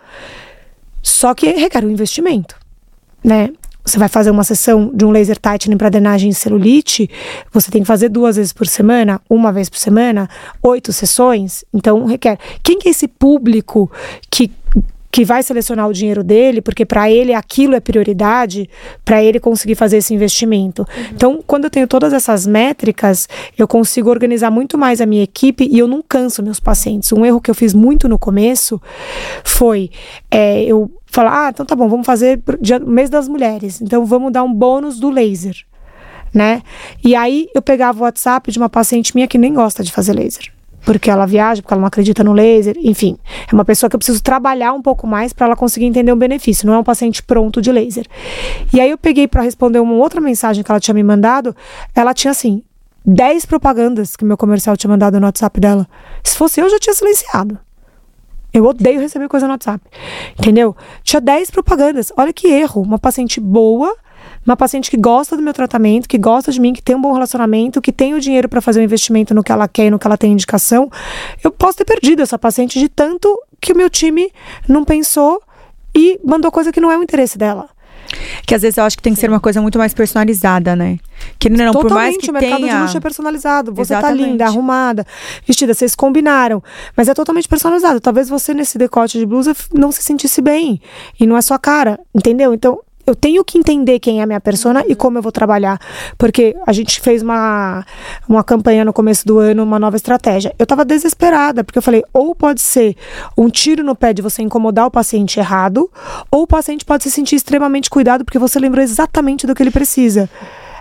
Só que requer um investimento, né? Você vai fazer uma sessão de um laser tightening para drenagem de celulite, você tem que fazer duas vezes por semana, uma vez por semana, oito sessões, então requer. Quem que é esse público que, que vai selecionar o dinheiro dele, porque para ele aquilo é prioridade, para ele conseguir fazer esse investimento? Uhum. Então, quando eu tenho todas essas métricas, eu consigo organizar muito mais a minha equipe e eu não canso meus pacientes. Um erro que eu fiz muito no começo foi, é, eu falar, ah, então tá bom, vamos fazer dia, mês das mulheres, então vamos dar um bônus do laser, né? E aí eu pegava o WhatsApp de uma paciente minha que nem gosta de fazer laser, porque ela viaja, porque ela não acredita no laser, enfim, é uma pessoa que eu preciso trabalhar um pouco mais para ela conseguir entender o benefício, não é um paciente pronto de laser. E aí eu peguei para responder uma outra mensagem que ela tinha me mandado, ela tinha assim, dez propagandas que meu comercial tinha mandado no WhatsApp dela. Se fosse eu, eu já tinha silenciado. Eu odeio receber coisa no WhatsApp, entendeu? Tinha dez propagandas, olha que erro. Uma paciente boa, uma paciente que gosta do meu tratamento, que gosta de mim, que tem um bom relacionamento, que tem o dinheiro para fazer um investimento no que ela quer e no que ela tem indicação. Eu posso ter perdido essa paciente de tanto que o meu time não pensou e mandou coisa que não é o interesse dela. Que às vezes eu acho que tem que Sim. ser uma coisa muito mais personalizada, né? Que não, Totalmente, por mais que o mercado tenha... de luxo é personalizado. Você Exatamente. Tá linda, arrumada, vestida, vocês combinaram. Mas é totalmente personalizado. Talvez você nesse decote de blusa não se sentisse bem. E não é sua cara, entendeu? Então, eu tenho que entender quem é a minha persona e como eu vou trabalhar. Porque a gente fez uma, uma campanha no começo do ano, uma nova estratégia. Eu tava desesperada, porque eu falei, ou pode ser um tiro no pé de você incomodar o paciente errado, ou o paciente pode se sentir extremamente cuidado, porque você lembrou exatamente do que ele precisa.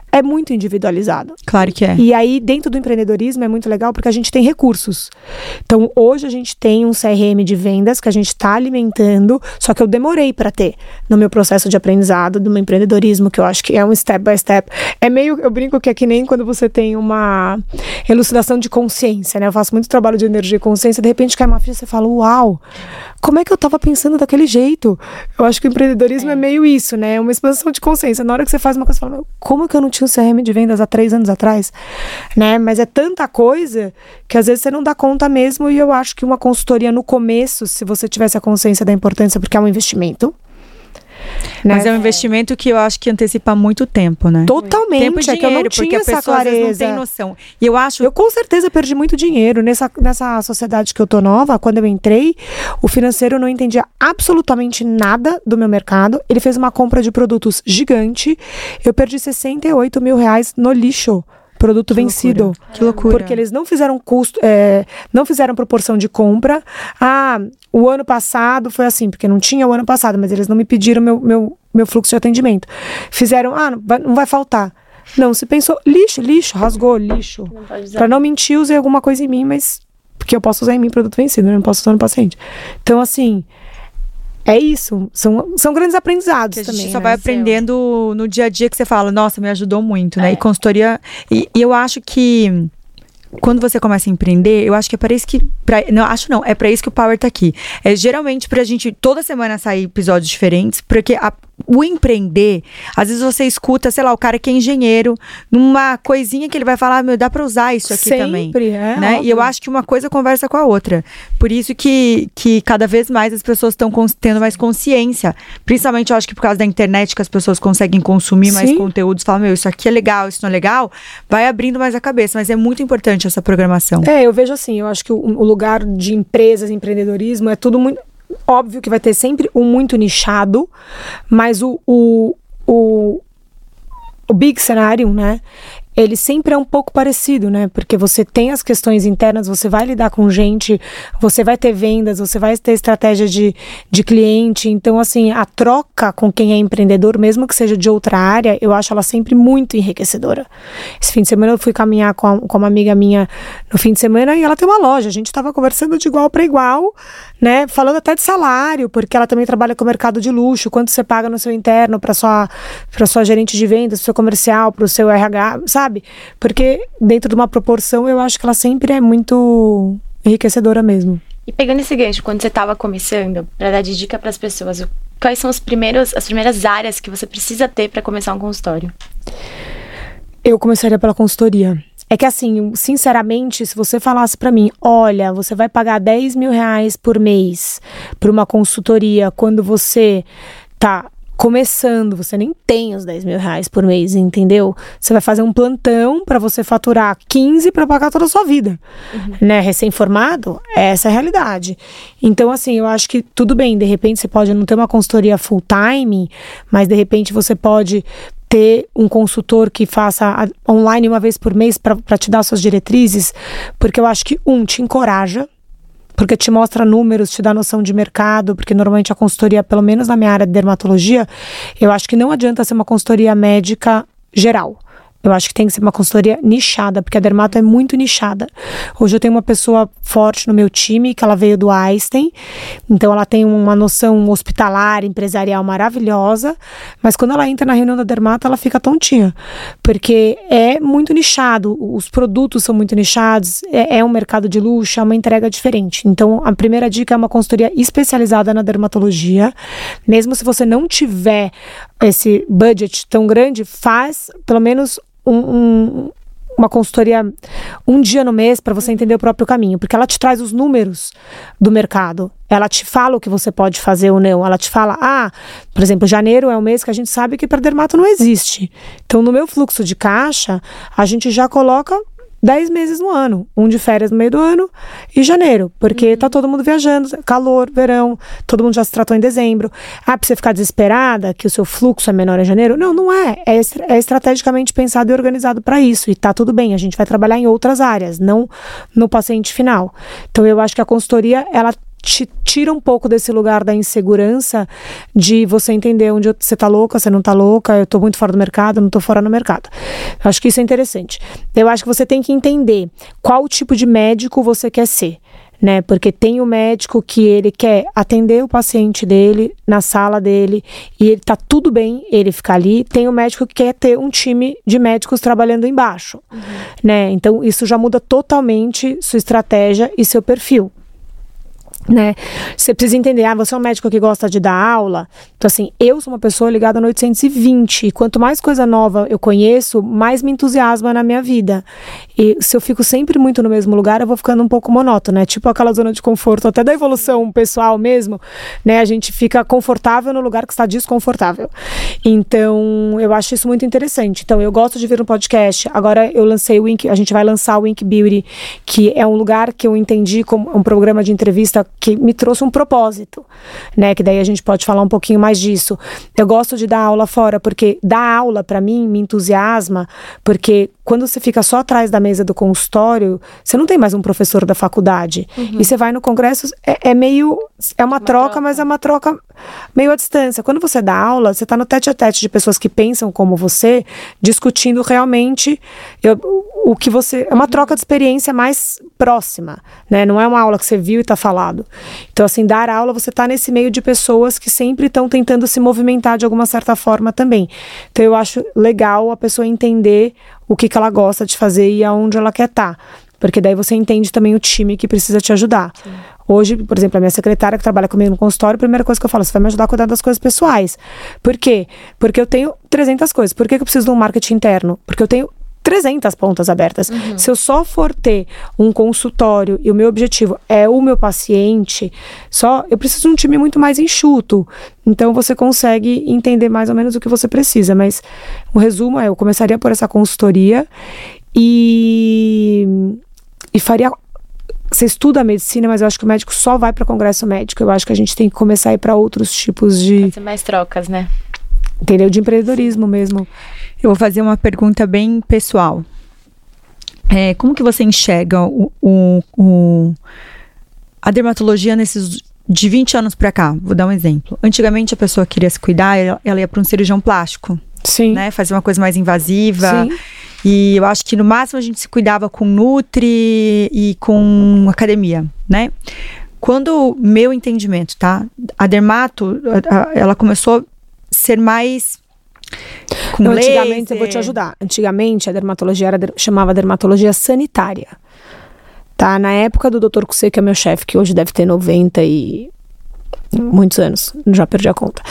é muito individualizado. Claro que é. E aí, dentro do empreendedorismo, é muito legal porque a gente tem recursos. Então, hoje a gente tem um C R M de vendas que a gente está alimentando, só que eu demorei para ter no meu processo de aprendizado do meu empreendedorismo, que eu acho que é um step by step. É meio, eu brinco que é que nem quando você tem uma elucidação de consciência, né? Eu faço muito trabalho de energia e consciência, de repente cai uma ficha e você fala, uau, como é que eu tava pensando daquele jeito? Eu acho que o empreendedorismo é, é meio isso, né? É uma expansão de consciência. Na hora que você faz uma coisa, você fala, como que eu não tinha um C R M de vendas há três anos atrás? Né? Mas é tanta coisa que às vezes você não dá conta mesmo, e eu acho que uma consultoria no começo, se você tivesse a consciência da importância, porque é um investimento, né? Mas é um investimento que eu acho que antecipa muito tempo, né? Totalmente. Tempo e dinheiro, é que eu não tinha porque a essa pessoa clareza. às vezes não tem noção. E eu acho... Eu com certeza perdi muito dinheiro nessa, nessa sociedade que eu tô nova. Quando eu entrei, o financeiro não entendia absolutamente nada do meu mercado. Ele fez uma compra de produtos gigante. Eu perdi sessenta e oito mil reais no lixo. Produto que vencido. Loucura. Que loucura. Porque eles não fizeram custo, é, não fizeram proporção de compra. Ah, o ano passado foi assim, porque não tinha o ano passado, mas eles não me pediram meu, meu, meu fluxo de atendimento. Fizeram, ah, não vai, não vai faltar. Não, se pensou, lixo, lixo, rasgou, lixo. Para não mentir, usei alguma coisa em mim, mas porque eu posso usar em mim produto vencido, né? Não posso usar no paciente. Então, assim, é isso. São, são grandes aprendizados que a também. gente só né? vai aprendendo no dia a dia, que você fala, nossa, me ajudou muito, né? É. E consultoria. E, e eu acho que quando você começa a empreender, eu acho que é para isso que... Pra, não, acho não, é para isso que o Power tá aqui. É geralmente pra gente toda semana sair episódios diferentes, porque a, o empreender, às vezes você escuta, sei lá, o cara que é engenheiro, numa coisinha que ele vai falar, meu, dá pra usar isso aqui Sempre, também. É, né? óbvio. E eu acho que uma coisa conversa com a outra. Por isso que, que cada vez mais as pessoas estão tendo mais consciência. Principalmente, eu acho que por causa da internet, que as pessoas conseguem consumir mais Sim. conteúdos, falam, meu, isso aqui é legal, isso não é legal, vai abrindo mais a cabeça. Mas é muito importante essa programação. É, eu vejo assim, eu acho que o, o lugar de empresas, empreendedorismo, é tudo muito... Óbvio que vai ter sempre um muito nichado, mas o, o, o, o big cenário, né? Ele sempre é um pouco parecido, né? Porque você tem as questões internas, você vai lidar com gente, você vai ter vendas, você vai ter estratégia de, de cliente. Então, assim, a troca com quem é empreendedor, mesmo que seja de outra área, eu acho ela sempre muito enriquecedora. Esse fim de semana eu fui caminhar com, a, com uma amiga minha no fim de semana e ela tem uma loja. A gente estava conversando de igual para igual, né? Falando até de salário, porque ela também trabalha com o mercado de luxo, quanto você paga no seu interno para sua, para sua gerente de vendas, para o seu comercial, para o seu R H, sabe? Porque dentro de uma proporção eu acho que ela sempre é muito enriquecedora mesmo. E pegando esse gancho, quando você estava começando, para dar de dica para as pessoas, quais são os primeiros, as primeiras áreas que você precisa ter para começar um consultório? Eu começaria pela consultoria. É que assim, sinceramente, se você falasse pra mim, olha, você vai pagar dez mil reais por mês por uma consultoria quando você tá começando, você nem tem os dez mil reais por mês, entendeu? Você vai fazer um plantão pra você faturar quinze pra pagar toda a sua vida, uhum. né? Recém-formado, essa é a realidade. Então, assim, eu acho que tudo bem, de repente você pode não ter uma consultoria full time, mas de repente você pode ter um consultor que faça online uma vez por mês para te dar suas diretrizes, porque eu acho que, um, te encoraja, porque te mostra números, te dá noção de mercado, porque normalmente a consultoria, pelo menos na minha área de dermatologia, eu acho que não adianta ser uma consultoria médica geral. Eu acho que tem que ser uma consultoria nichada, porque a dermato é muito nichada. Hoje eu tenho uma pessoa forte no meu time, que ela veio do Einstein, então ela tem uma noção hospitalar, empresarial maravilhosa, mas quando ela entra na reunião da dermato, ela fica tontinha, porque é muito nichado, os produtos são muito nichados, é, é um mercado de luxo, é uma entrega diferente. Então, a primeira dica é uma consultoria especializada na dermatologia, mesmo se você não tiver esse budget tão grande, faz pelo menos Um, um, uma consultoria um dia no mês para você entender o próprio caminho, porque ela te traz os números do mercado, ela te fala o que você pode fazer ou não, ela te fala, ah, por exemplo, janeiro é um mês que a gente sabe que para dermato não existe, então no meu fluxo de caixa a gente já coloca dez meses no ano, um de férias no meio do ano e janeiro, porque uhum. tá todo mundo viajando, calor, verão, todo mundo já se tratou em dezembro. Ah, pra você ficar desesperada que o seu fluxo é menor em janeiro? Não, não é, é, é estrategicamente pensado e organizado para isso, e tá tudo bem, a gente vai trabalhar em outras áreas, não no paciente final. Então eu acho que a consultoria, ela te tira um pouco desse lugar da insegurança de você entender onde você tá louca, você não tá louca, eu tô muito fora do mercado, não tô fora no mercado. Eu acho que isso é interessante. Eu acho que você tem que entender qual tipo de médico você quer ser, né? Porque tem o médico que ele quer atender o paciente dele na sala dele e ele tá tudo bem ele ficar ali. Tem o médico que quer ter um time de médicos trabalhando embaixo, uhum. né? Então isso já muda totalmente sua estratégia e seu perfil. Né? Você precisa entender, ah, você é um médico que gosta de dar aula, então assim, eu sou uma pessoa ligada no oitocentos e vinte, e quanto mais coisa nova eu conheço, mais me entusiasma na minha vida, e se eu fico sempre muito no mesmo lugar, eu vou ficando um pouco monótona, né? Tipo aquela zona de conforto, até da evolução pessoal mesmo, né? A gente fica confortável no lugar que está desconfortável, então eu acho isso muito interessante. Então eu gosto de vir no podcast, agora eu lancei o Wink, a gente vai lançar o Wink Beauty, que é um lugar que eu entendi como um programa de entrevista que me trouxe um propósito, né, que daí a gente pode falar um pouquinho mais disso. Eu gosto de dar aula fora, porque dar aula pra mim me entusiasma, porque quando você fica só atrás da mesa do consultório, você não tem mais um professor da faculdade, uhum. e você vai no congresso, é, é meio, é uma, uma troca, troca, mas é uma troca meio à distância. Quando você dá aula, você tá no tete a tete de pessoas que pensam como você, discutindo realmente eu, o que você, é uma troca de experiência mais próxima, né, não é uma aula que você viu e tá falado. Então, assim, dar aula, você tá nesse meio de pessoas que sempre estão tentando se movimentar de alguma certa forma também. Então, eu acho legal a pessoa entender o que, que ela gosta de fazer e aonde ela quer estar. Porque daí você entende também o time que precisa te ajudar. Sim. Hoje, por exemplo, a minha secretária que trabalha comigo no consultório, a primeira coisa que eu falo, você vai me ajudar a cuidar das coisas pessoais. Por quê? Porque eu tenho trezentas coisas. Por que eu preciso de um marketing interno? Porque eu tenho trezentas pontas abertas. Uhum. Se eu só for ter um consultório e o meu objetivo é o meu paciente, só eu preciso de um time muito mais enxuto. Então você consegue entender mais ou menos o que você precisa. Mas o resumo é, eu começaria por essa consultoria e, e faria... Você estuda a medicina, mas eu acho que o médico só vai para congresso médico. Eu acho que a gente tem que começar a ir para outros tipos de... Vai ser mais trocas, né? Entendeu? De empreendedorismo mesmo. Eu vou fazer uma pergunta bem pessoal. É, como que você enxerga o, o, o, a dermatologia nesses de vinte anos pra cá? Vou dar um exemplo. Antigamente a pessoa queria se cuidar, ela, ela ia para um cirurgião plástico. Sim. Né? Fazer uma coisa mais invasiva. Sim. E eu acho que no máximo a gente se cuidava com nutri e com academia, né? Quando, meu entendimento, tá? A dermato, a, a, ela começou a ser mais... Com Não, antigamente, eu vou te ajudar. Antigamente, a dermatologia era, chamava dermatologia sanitária. Tá? Na época do doutor Cusset, que é meu chefe, que hoje deve ter noventa e muitos anos, já perdi a conta.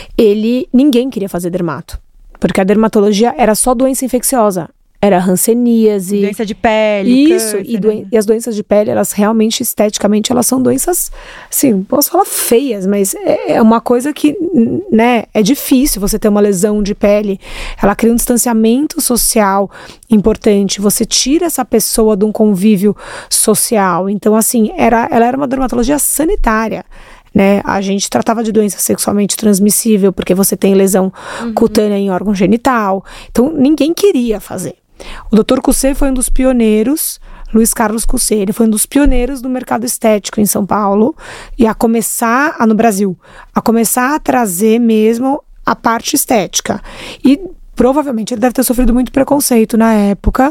Ele, ninguém queria fazer dermato. Porque a dermatologia era só doença infecciosa. Era hanseníase. Doença de pele. Isso, câncer, e, doen- né? e as doenças de pele, elas realmente, esteticamente, elas são doenças, assim, posso falar feias, mas é, é uma coisa que, né, é difícil você ter uma lesão de pele. Ela cria um distanciamento social importante. Você tira essa pessoa de um convívio social. Então, assim, era, ela era uma dermatologia sanitária. Né? A gente tratava de doença sexualmente transmissível, porque você tem lesão uhum. cutânea em órgão genital. Então, ninguém queria fazer. O doutor Cusset foi um dos pioneiros, Luiz Carlos Cusset, ele foi um dos pioneiros do mercado estético em São Paulo, e a começar, a, no Brasil, a começar a trazer mesmo a parte estética. E provavelmente ele deve ter sofrido muito preconceito na época,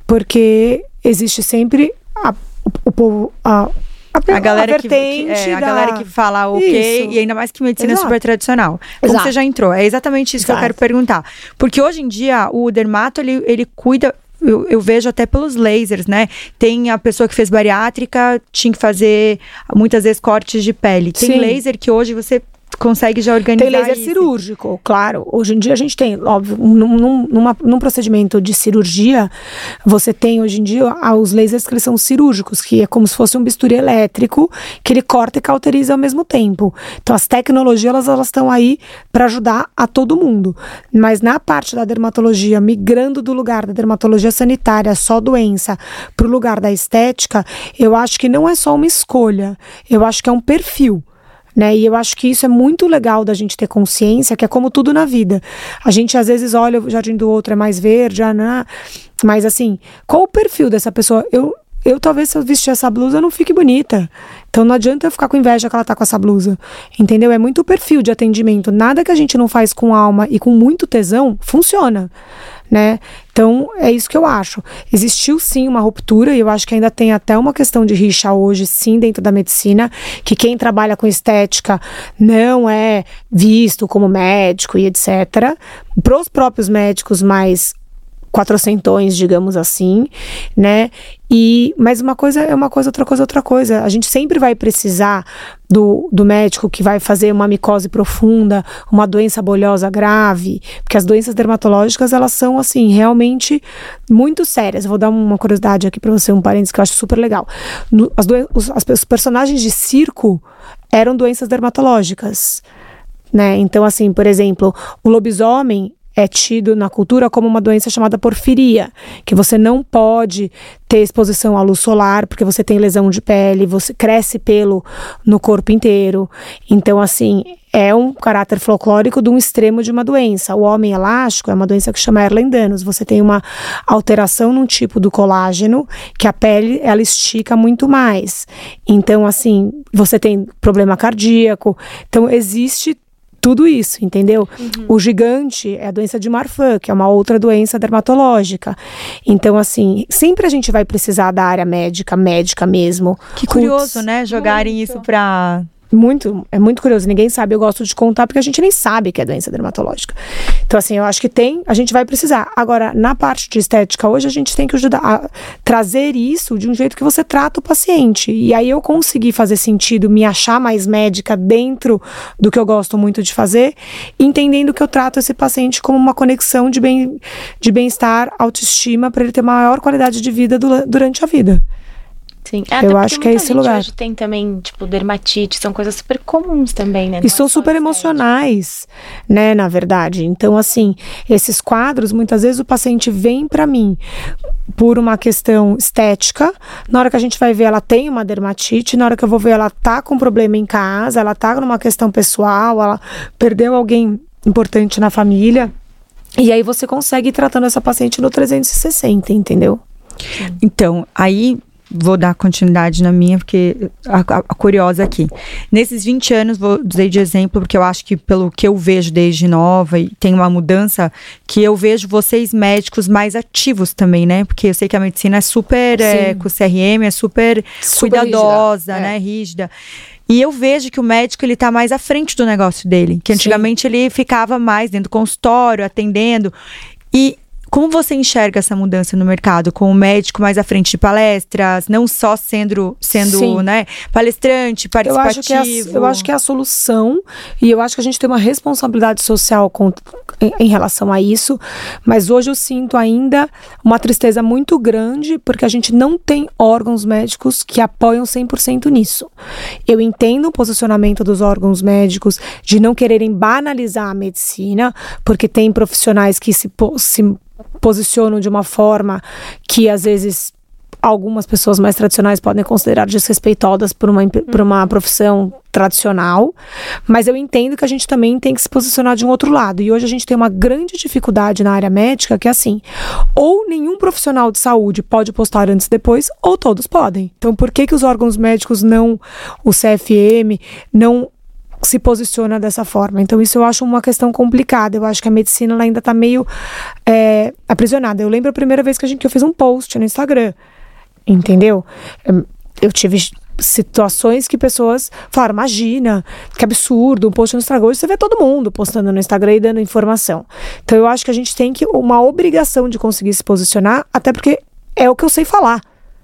porque existe sempre a, o, o povo... A, A, a, galera a que, que, é, da... a galera que fala ok, isso. E ainda mais que medicina Exato. É super tradicional. Como Exato. Você já entrou, é exatamente isso Exato. Que eu quero perguntar. Porque hoje em dia, o dermato, ele, ele cuida... Eu, eu vejo até pelos lasers, né? Tem a pessoa que fez bariátrica, tinha que fazer, muitas vezes, cortes de pele. Tem Sim. laser que hoje você... consegue já organizar Tem laser isso. cirúrgico, claro. Hoje em dia a gente tem, óbvio, num, numa, num procedimento de cirurgia, você tem hoje em dia os lasers que eles são cirúrgicos, que é como se fosse um bisturi elétrico, que ele corta e cauteriza ao mesmo tempo. Então as tecnologias, elas, elas estão aí para ajudar a todo mundo. Mas na parte da dermatologia, migrando do lugar da dermatologia sanitária, só doença, para o lugar da estética, eu acho que não é só uma escolha, eu acho que é um perfil. Né? E eu acho que isso é muito legal da gente ter consciência, que é como tudo na vida. A gente às vezes olha o jardim do outro é mais verde, ah, não, mas assim, qual o perfil dessa pessoa? Eu, eu talvez se eu vestir essa blusa eu não fique bonita. Então não adianta eu ficar com inveja que ela tá com essa blusa. Entendeu? É muito o perfil de atendimento. Nada que a gente não faz com alma e com muito tesão funciona, né? Então é isso que eu acho. Existiu sim uma ruptura e eu acho que ainda tem até uma questão de rixa hoje, sim, dentro da medicina, que quem trabalha com estética não é visto como médico e etcétera. Para os próprios médicos mais quatrocentões, digamos assim, né? E, mas uma coisa é uma coisa, outra coisa é outra coisa. A gente sempre vai precisar do, do médico que vai fazer uma micose profunda, uma doença bolhosa grave, porque as doenças dermatológicas, elas são, assim, realmente muito sérias. Eu vou dar uma curiosidade aqui pra você, um parênteses que eu acho super legal. No, as doen- os, as, os personagens de circo eram doenças dermatológicas, né? Então, assim, por exemplo, o lobisomem é tido na cultura como uma doença chamada porfiria, que você não pode ter exposição à luz solar, porque você tem lesão de pele, você cresce pelo no corpo inteiro. Então, assim, é um caráter folclórico de um extremo de uma doença. O homem elástico é uma doença que chama Ehlers-Danlos. Você tem uma alteração num tipo do colágeno, que a pele, ela estica muito mais. Então, assim, você tem problema cardíaco. Então, existe tudo isso, entendeu? Uhum. O gigante é a doença de Marfan, que é uma outra doença dermatológica. Então, assim, sempre a gente vai precisar da área médica, médica mesmo. Que curioso, né? Jogarem muito. Isso pra... Muito, é muito curioso, ninguém sabe, eu gosto de contar porque a gente nem sabe que é doença dermatológica. Então, assim, eu acho que tem, a gente vai precisar. Agora, na parte de estética, hoje a gente tem que ajudar a trazer isso de um jeito que você trata o paciente. E aí eu consegui fazer sentido, me achar mais médica dentro do que eu gosto muito de fazer, entendendo que eu trato esse paciente como uma conexão de, bem, de bem-estar, autoestima, para ele ter maior qualidade de vida do, durante a vida. Sim. É, eu acho que é esse lugar. Hoje tem também, tipo, dermatite, são coisas super comuns também, né? E são super emocionais, né, na verdade. Então, assim, esses quadros, muitas vezes o paciente vem pra mim por uma questão estética. Na hora que a gente vai ver, ela tem uma dermatite. Na hora que eu vou ver, ela tá com problema em casa, ela tá numa questão pessoal, ela perdeu alguém importante na família. E aí você consegue ir tratando essa paciente no trezentos e sessenta, entendeu? Sim. Então, aí... Vou dar continuidade na minha, porque a, a, a curiosa aqui. Nesses vinte anos, vou dizer de exemplo, porque eu acho que pelo que eu vejo desde nova, e tem uma mudança, que eu vejo vocês médicos mais ativos também, né? Porque eu sei que a medicina é super, é, com o C R M, é super, super cuidadosa, rígida, né? É. Rígida. E eu vejo que o médico, ele tá mais à frente do negócio dele. Que antigamente Sim. ele ficava mais dentro do consultório, atendendo. E... Como você enxerga essa mudança no mercado? Com o médico mais à frente de palestras, não só sendo, sendo né, palestrante, participativo? Eu acho, que é a, eu acho que é a solução, e eu acho que a gente tem uma responsabilidade social com, em, em relação a isso, mas hoje eu sinto ainda uma tristeza muito grande, porque a gente não tem órgãos médicos que apoiam cem por cento nisso. Eu entendo o posicionamento dos órgãos médicos de não quererem banalizar a medicina, porque tem profissionais que se... se posicionam de uma forma que às vezes algumas pessoas mais tradicionais podem considerar desrespeitosas por uma, por uma profissão tradicional, mas eu entendo que a gente também tem que se posicionar de um outro lado, e hoje a gente tem uma grande dificuldade na área médica, que é assim, ou nenhum profissional de saúde pode postar antes e depois, ou todos podem. Então por que que os órgãos médicos não, o C F M, não se posiciona dessa forma? Então isso eu acho uma questão complicada. Eu acho que a medicina ela ainda tá meio é, aprisionada. Eu lembro a primeira vez que, a gente, que eu fiz um post no Instagram, entendeu? Eu tive situações que pessoas falaram, imagina, que absurdo, um post no Instagram. Hoje você vê todo mundo postando no Instagram e dando informação. Então eu acho que a gente tem que, uma obrigação de conseguir se posicionar, até porque é o que eu sei falar,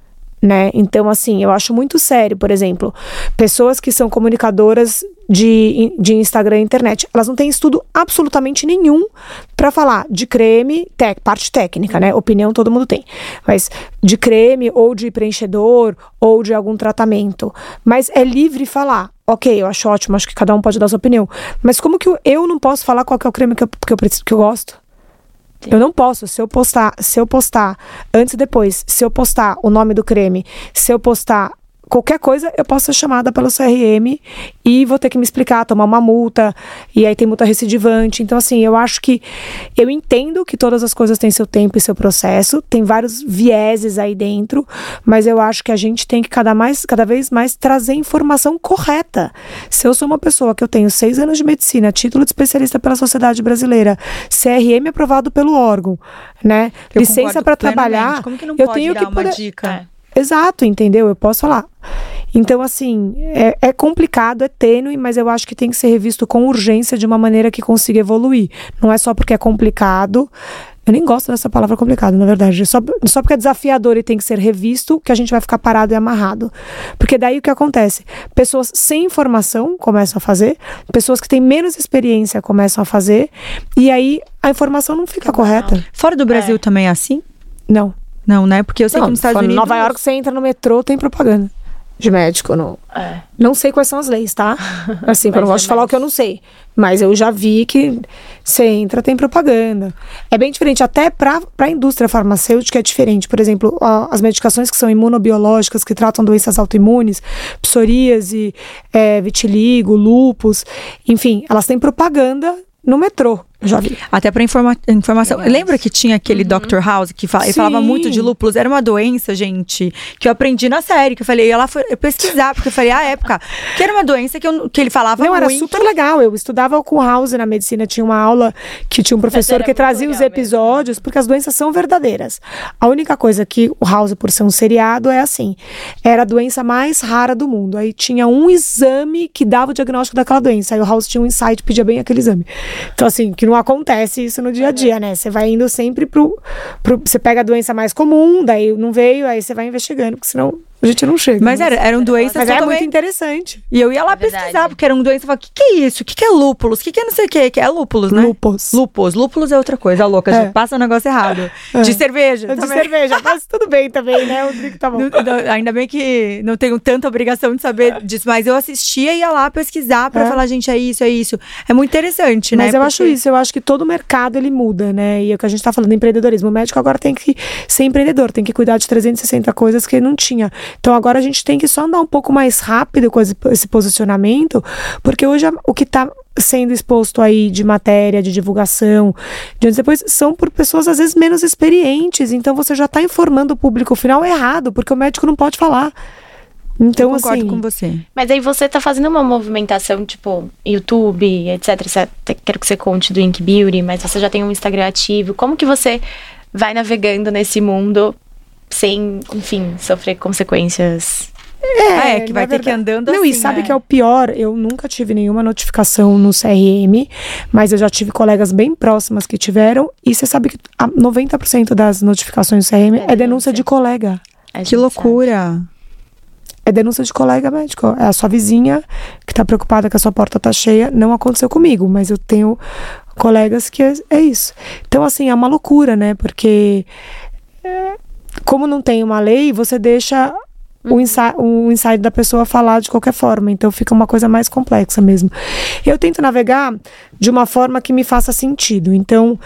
né? Então, assim, eu acho muito sério, por exemplo, pessoas que são comunicadoras de, de Instagram e internet, elas não têm estudo absolutamente nenhum para falar de creme, tec, parte técnica, né? Opinião todo mundo tem, mas de creme ou de preenchedor ou de algum tratamento, mas é livre falar. Ok, eu acho ótimo, acho que cada um pode dar a sua opinião, mas como que eu, eu não posso falar qual que é o creme que eu, que eu, que eu gosto? Eu não posso, se eu postar, se eu postar antes e depois, se eu postar o nome do creme, se eu postar qualquer coisa eu posso ser chamada pelo C R M e vou ter que me explicar, tomar uma multa, e aí tem multa recidivante. Então, assim, eu acho que eu entendo que todas as coisas têm seu tempo e seu processo, tem vários vieses aí dentro, mas eu acho que a gente tem que cada, mais, cada vez mais trazer informação correta. Se eu sou uma pessoa que eu tenho seis anos de medicina, título de especialista pela Sociedade Brasileira, C R M aprovado pelo órgão, né? Eu licença para trabalhar, como que não eu pode tenho dar que uma poder... dica? É. Exato, entendeu? Eu posso falar. Então, assim, é, é complicado, é tênue, mas eu acho que tem que ser revisto com urgência de uma maneira que consiga evoluir. Não é só porque é complicado. Eu nem gosto dessa palavra complicado, na verdade. Só, só porque é desafiador e tem que ser revisto que a gente vai ficar parado e amarrado. Porque daí o que acontece? Pessoas sem informação começam a fazer, pessoas que têm menos experiência começam a fazer, e aí a informação não fica correta. Fora do Brasil É. também é assim? Não. Não, né? Porque eu sei Não, que nos Estados em Unidos... Nova York, você entra no metrô, tem propaganda de médico. Não, É. não sei quais são as leis, tá? Assim, eu não Mas gosto é de falar mais- o que eu não sei. Mas eu já vi que você entra, tem propaganda. É bem diferente. Até para a indústria farmacêutica é diferente. Por exemplo, a, as medicações que são imunobiológicas, que tratam doenças autoimunes, psoríase, é, vitiligo, lúpus, enfim, elas têm propaganda no metrô. Eu já vi. Até pra informa informação. Legal. Lembra que tinha aquele doutor House que fa ele Sim. falava muito de lúpulos? Era uma doença, gente, que eu aprendi na série. Que eu falei, ela foi pesquisar, porque eu falei, a época, que era uma doença que, eu, que ele falava Não, muito. era super legal. Eu estudava com o House na medicina, tinha uma aula que tinha um professor era que muito trazia os legal mesmo. episódios, porque as doenças são verdadeiras. A única coisa que o House, por ser um seriado, é assim, era a doença mais rara do mundo. Aí tinha um exame que dava o diagnóstico daquela doença. Aí o House tinha um insight, pedia bem aquele exame. Então, assim, que não acontece isso no dia a dia, né? Você vai indo sempre pro, pro... Você pega a doença mais comum, daí não veio, aí você vai investigando, porque senão a gente não chega. Mas era, eram doenças Mas é totalmente... muito interessante. E eu ia lá É verdade. pesquisar, porque era um doença. Eu falava, o que, que é isso? O que, que é lúpulos? O que, que é não sei o que? Que é lúpulos, né? Lúpus. Lúpus. Lúpulos é outra coisa, louca. Já É. passa o negócio errado. É. De cerveja. De também. cerveja, mas tudo bem também, né? O drink tá bom. Não- não- ainda bem que não tenho tanta obrigação de saber disso, mas eu assistia e ia lá pesquisar pra É. falar, gente, é isso, é isso. É muito interessante, né? Mas eu acho Porque- isso, eu acho que todo mercado ele muda, né? E é o que a gente tá falando, empreendedorismo. O médico agora tem que ser empreendedor, tem que cuidar de trezentas e sessenta coisas que ele não tinha. Então agora a gente tem que só andar um pouco mais rápido com esse, esse posicionamento, porque hoje a- o que tá sendo exposto aí de matéria, de divulgação, de antes e depois, são por pessoas às vezes menos experientes. Então você já tá informando o público final errado, porque o médico não pode falar. Então, eu concordo assim, com você. Mas aí você tá fazendo uma movimentação, tipo, YouTube, etcétera. Você- Quero que você conte do Ink Beauty, mas você já tem um Instagram ativo. Como que você vai navegando nesse mundo sem, enfim, sofrer consequências? Ah, é, que vai na ter que ir andando Não, assim, e sabe né? que é o pior? Eu nunca tive nenhuma notificação no C R M, mas eu já tive colegas bem próximas que tiveram, e você sabe que a noventa por cento das notificações do C R M é, É denúncia denúncia. de colega. A gente Que loucura. É denúncia de colega médico. É a sua vizinha que tá preocupada que a sua porta tá cheia. Não aconteceu comigo, mas eu tenho colegas que é, é isso. Então, assim, é uma loucura, né? Porque é, como não tem uma lei, você deixa o, insi- o insight da pessoa falar de qualquer forma. Então fica uma coisa mais complexa mesmo. Eu tento navegar de uma forma que me faça sentido. Então,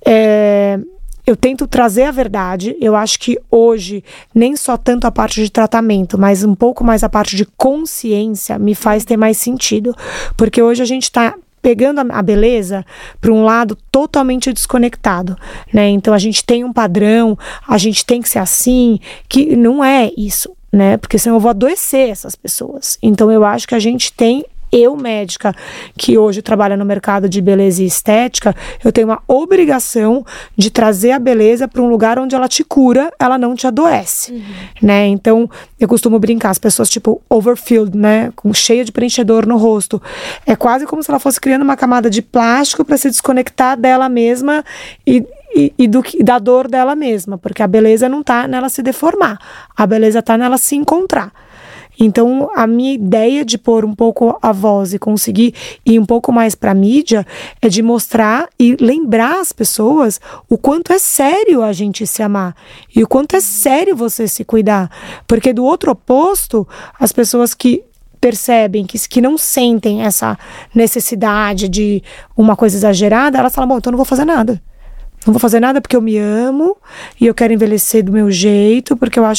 é, eu tento trazer a verdade. Eu acho que hoje, nem só tanto a parte de tratamento, mas um pouco mais a parte de consciência me faz ter mais sentido. Porque hoje a gente está pegando a a beleza para um lado totalmente desconectado, né? Então a gente tem um padrão, a gente tem que ser assim, que não é isso, né? Porque senão eu vou adoecer essas pessoas. Então eu acho que a gente tem, eu médica, que hoje trabalha no mercado de beleza e estética, eu tenho uma obrigação de trazer a beleza para um lugar onde ela te cura, ela não te adoece, né? Então, eu costumo brincar, as pessoas tipo overfilled, né? Com cheia de preenchedor no rosto. É quase como se ela fosse criando uma camada de plástico para se desconectar dela mesma e E, e do, que- da dor dela mesma, porque a beleza não tá nela se deformar, a beleza tá nela se encontrar. Então, a minha ideia de pôr um pouco a voz e conseguir ir um pouco mais para a mídia é de mostrar e lembrar as pessoas o quanto é sério a gente se amar e o quanto é sério você se cuidar. Porque do outro oposto, as pessoas que percebem, que, que não sentem essa necessidade de uma coisa exagerada, elas falam, bom, então eu não vou fazer nada. Não vou fazer nada porque eu me amo e eu quero envelhecer do meu jeito, porque eu acho que...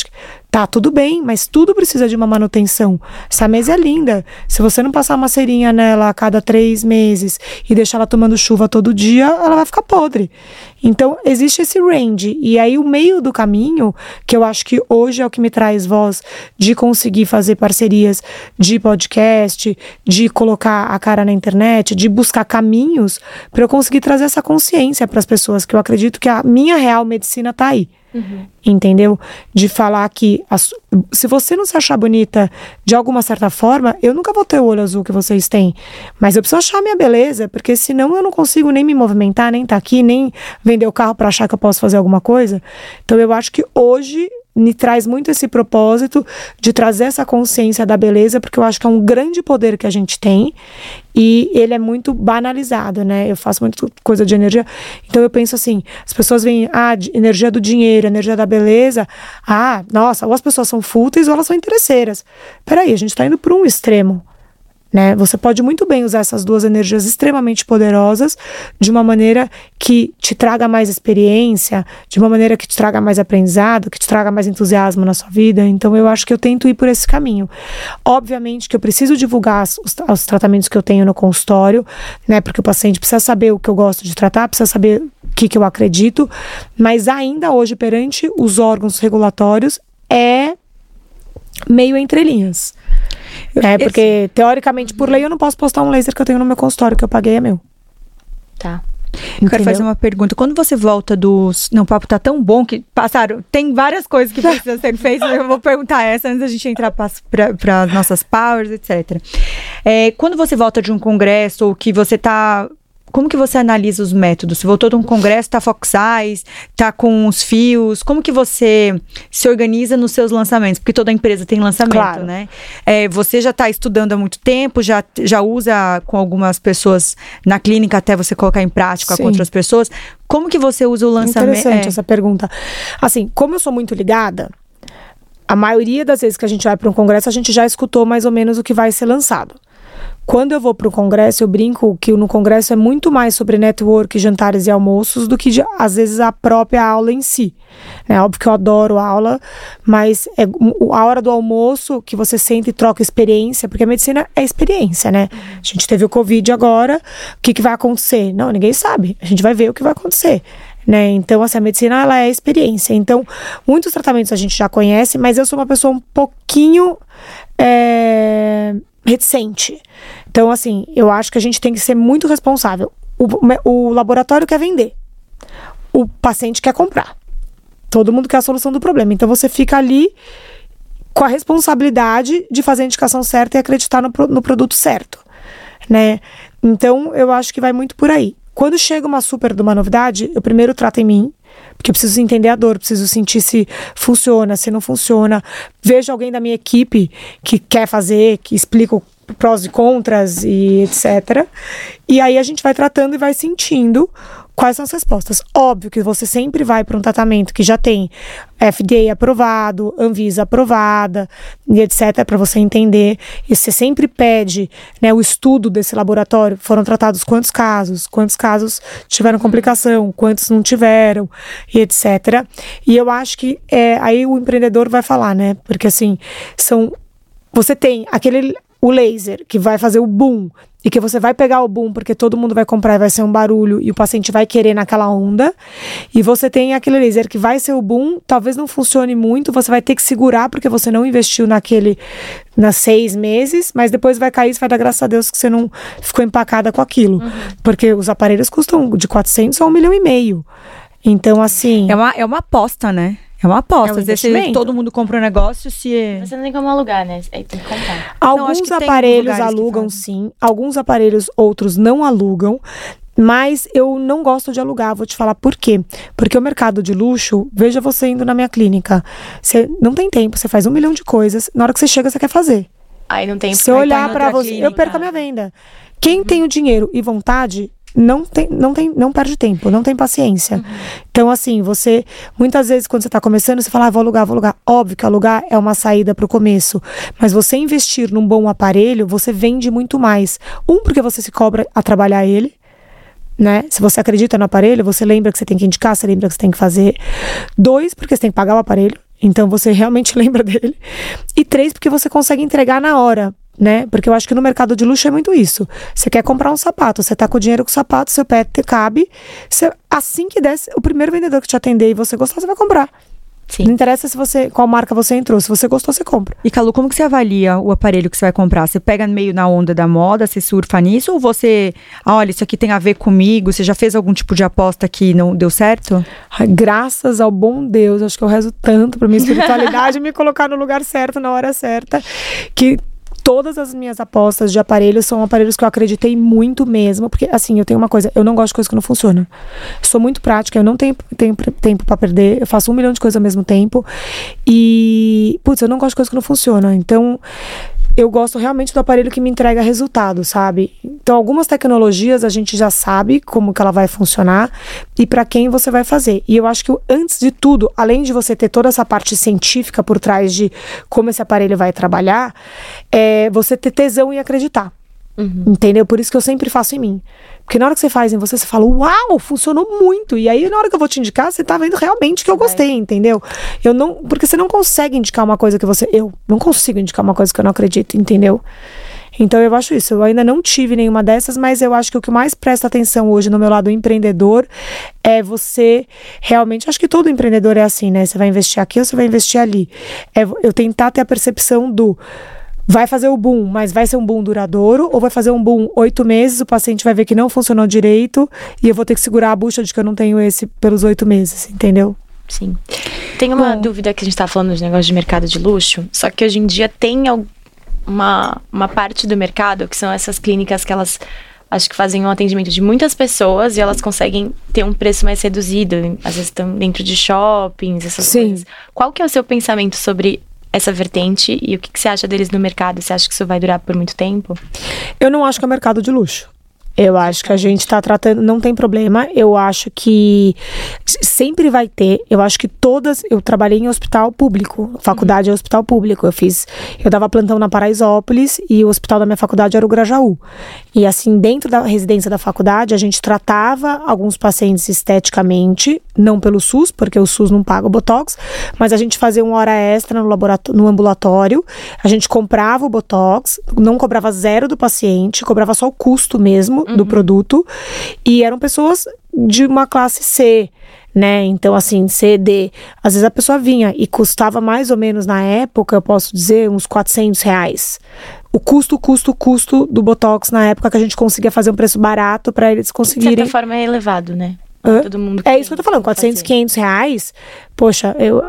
Tá, tudo bem, mas tudo precisa de uma manutenção. Essa mesa é linda. Se você não passar uma cerinha nela a cada três meses e deixar ela tomando chuva todo dia, ela vai ficar podre. Então, existe esse range. E aí, o meio do caminho, que eu acho que hoje é o que me traz voz de conseguir fazer parcerias de podcast, de colocar a cara na internet, de buscar caminhos para eu conseguir trazer essa consciência para as pessoas, que eu acredito que a minha real medicina tá aí. Uhum. Entendeu? De falar que a, se você não se achar bonita de alguma certa forma, eu nunca vou ter o olho azul que vocês têm, mas eu preciso achar a minha beleza, porque senão eu não consigo nem me movimentar, nem estar aqui, nem vender o carro para achar que eu posso fazer alguma coisa. Então eu acho que hoje me traz muito esse propósito de trazer essa consciência da beleza, porque eu acho que é um grande poder que a gente tem e ele é muito banalizado, né? Eu faço muita coisa de energia, então eu penso assim, as pessoas veem, ah, energia do dinheiro, energia da beleza, ah, nossa, ou as pessoas são fúteis ou elas são interesseiras. Peraí, a gente tá indo para um extremo, né? Você pode muito bem usar essas duas energias extremamente poderosas de uma maneira que te traga mais experiência, de uma maneira que te traga mais aprendizado, que te traga mais entusiasmo na sua vida. Então eu acho que eu tento ir por esse caminho. Obviamente que eu preciso divulgar os, os tratamentos que eu tenho no consultório, né? Porque o paciente precisa saber o que eu gosto de tratar, precisa saber o que, que eu acredito, mas ainda hoje perante os órgãos regulatórios é meio entre linhas. É, porque Esse... teoricamente, por lei, eu não posso postar um laser que eu tenho no meu consultório, que eu paguei é meu. Tá. Eu quero fazer uma pergunta. Quando você volta dos... Não, o papo tá tão bom que passaram... Tem várias coisas que precisam ser feitas. Eu vou perguntar essa antes da gente entrar para as nossas powers, etcétera. É, quando você volta de um congresso ou que você tá... Como que você analisa os métodos? Você voltou de um congresso, tá Fox Eyes, tá com os fios. Como que você se organiza nos seus lançamentos? Porque toda empresa tem lançamento, claro, né? É, você já tá estudando há muito tempo, já, já usa com algumas pessoas na clínica até você colocar em prática Sim. com outras pessoas. Como que você usa o lançamento? Interessante é. essa pergunta. Assim, como eu sou muito ligada, a maioria das vezes que a gente vai para um congresso, a gente já escutou mais ou menos o que vai ser lançado. Quando eu vou para o congresso, eu brinco que no congresso é muito mais sobre network, jantares e almoços do que, de, às vezes, a própria aula em si. É óbvio que eu adoro aula, mas é a hora do almoço que você senta e troca experiência, porque a medicina é experiência, né? A gente teve o Covid agora, o que, que vai acontecer? Não, ninguém sabe. A gente vai ver o que vai acontecer. Né? Então, assim, a medicina, ela é experiência. Então, muitos tratamentos a gente já conhece, mas eu sou uma pessoa um pouquinho é, reticente. Então, assim, eu acho que a gente tem que ser muito responsável. O, o laboratório quer vender. O paciente quer comprar. Todo mundo quer a solução do problema. Então, você fica ali com a responsabilidade de fazer a indicação certa e acreditar no, no produto certo, né? Então, eu acho que vai muito por aí. Quando chega uma super de uma novidade, eu primeiro trato em mim, porque eu preciso entender a dor, preciso sentir se funciona, se não funciona. Vejo alguém da minha equipe que quer fazer, que explica o prós e contras e etcétera. E aí a gente vai tratando e vai sentindo quais são as respostas. Óbvio que você sempre vai para um tratamento que já tem F D A aprovado, Anvisa aprovada e etcétera para você entender. E você sempre pede, né, o estudo desse laboratório. Foram tratados quantos casos, quantos casos tiveram complicação, quantos não tiveram e etcétera. E eu acho que é, aí o empreendedor vai falar, né? Porque assim, são, você tem aquele... o laser, que vai fazer o boom, e que você vai pegar o boom porque todo mundo vai comprar e vai ser um barulho, e o paciente vai querer naquela onda, e você tem aquele laser que vai ser o boom, talvez não funcione muito, você vai ter que segurar porque você não investiu naquele, nas seis meses, mas depois vai cair, você vai dar graças a Deus que você não ficou empacada com aquilo, uhum. porque os aparelhos custam de quatrocentos a um milhão e meio, então assim... É uma, é uma aposta, né? É uma aposta. É um Às vezes se todo mundo compra um negócio, se... Você não tem como alugar, né? Aí tem que comprar. Alguns não, aparelhos alugam, sim. Alguns aparelhos, outros não alugam. Mas eu não gosto de alugar, vou te falar por quê. Porque o mercado de luxo, veja você indo na minha clínica. Você não tem tempo, você faz um milhão de coisas. Na hora que você chega, você quer fazer. Aí não tem... Se eu olhar pra você, clínica. Eu perco a minha venda. Quem uhum. tem o dinheiro e vontade... Não, tem, não, tem, não perde tempo, não tem paciência. Uhum. Então, assim, você... Muitas vezes, quando você está começando, você fala, ah, vou alugar, vou alugar. Óbvio que alugar é uma saída para o começo. Mas você investir num bom aparelho, você vende muito mais. Um, porque você se cobra a trabalhar ele. Né? Se você acredita no aparelho, você lembra que você tem que indicar, você lembra que você tem que fazer. Dois, porque você tem que pagar o aparelho. Então você realmente lembra dele. E três, porque você consegue entregar na hora, né? Porque eu acho que no mercado de luxo é muito isso. Você quer comprar um sapato, você tá com o dinheiro com o sapato, seu pé te cabe. Você, assim que desce, o primeiro vendedor que te atender e você gostar, você vai comprar. Sim. Não interessa se você, qual marca você entrou. Se você gostou, você compra. E, Calu, como que você avalia o aparelho que você vai comprar? Você pega meio na onda da moda, você surfa nisso? Ou você, ah, olha, isso aqui tem a ver comigo? Você já fez algum tipo de aposta que não deu certo? Ai, graças ao bom Deus, acho que eu rezo tanto pra minha espiritualidade me colocar no lugar certo, na hora certa, que todas as minhas apostas de aparelhos são aparelhos que eu acreditei muito mesmo, porque assim, eu tenho uma coisa, eu não gosto de coisa que não funciona. Sou muito prática, eu não tenho, tenho tempo pra perder, eu faço um milhão de coisas ao mesmo tempo e, putz, eu não gosto de coisa que não funciona, então eu gosto realmente do aparelho que me entrega resultado, sabe? Então, algumas tecnologias a gente já sabe como que ela vai funcionar e para quem você vai fazer. E eu acho que, antes de tudo, além de você ter toda essa parte científica por trás de como esse aparelho vai trabalhar, é você ter tesão em acreditar. Uhum. Entendeu? Por isso que eu sempre faço em mim. Porque na hora que você faz em você, você fala, uau, funcionou muito. E aí, na hora que eu vou te indicar, você tá vendo realmente que eu gostei, entendeu? Eu não, porque você não consegue indicar uma coisa que você... Eu não consigo indicar uma coisa que eu não acredito, entendeu? Então, eu acho isso. Eu ainda não tive nenhuma dessas, mas eu acho que o que mais presta atenção hoje no meu lado empreendedor é você realmente... Acho que todo empreendedor é assim, né? Você vai investir aqui ou você vai investir ali. É eu tentar ter a percepção do... Vai fazer o boom, mas vai ser um boom duradouro, ou vai fazer um boom oito meses, o paciente vai ver que não funcionou direito e eu vou ter que segurar a bucha de que eu não tenho esse pelos oito meses, entendeu? Sim. Tem uma Bom. dúvida que a gente tá falando de negócio de mercado de luxo, só que hoje em dia tem uma, uma parte do mercado que são essas clínicas que elas acho que fazem um atendimento de muitas pessoas e elas conseguem ter um preço mais reduzido, às vezes estão dentro de shoppings, essas Sim. coisas. Qual que é o seu pensamento sobre essa vertente e o que, que você acha deles no mercado? Você acha que isso vai durar por muito tempo? Eu não acho que é mercado de luxo. Eu acho que a gente tá tratando, não tem problema, eu acho que sempre vai ter, eu acho que todas, eu trabalhei em hospital público, faculdade é hospital público, eu fiz, eu dava plantão na Paraisópolis e o hospital da minha faculdade era o Grajaú. E assim, dentro da residência da faculdade, a gente tratava alguns pacientes esteticamente, não pelo SUS, porque o SUS não paga o Botox, mas a gente fazia uma hora extra no, laboratório, no ambulatório, a gente comprava o Botox, não cobrava zero do paciente, cobrava só o custo mesmo, do produto, e eram pessoas de uma classe C, né, então assim, C, D, às vezes a pessoa vinha e custava mais ou menos na época, eu posso dizer, uns quatrocentos reais, o custo, custo, custo do Botox na época que a gente conseguia fazer um preço barato para eles conseguirem. De certa forma é elevado, né? Hã? Todo mundo é isso que eu tô falando, quatrocentos, quinhentos reais, poxa, eu,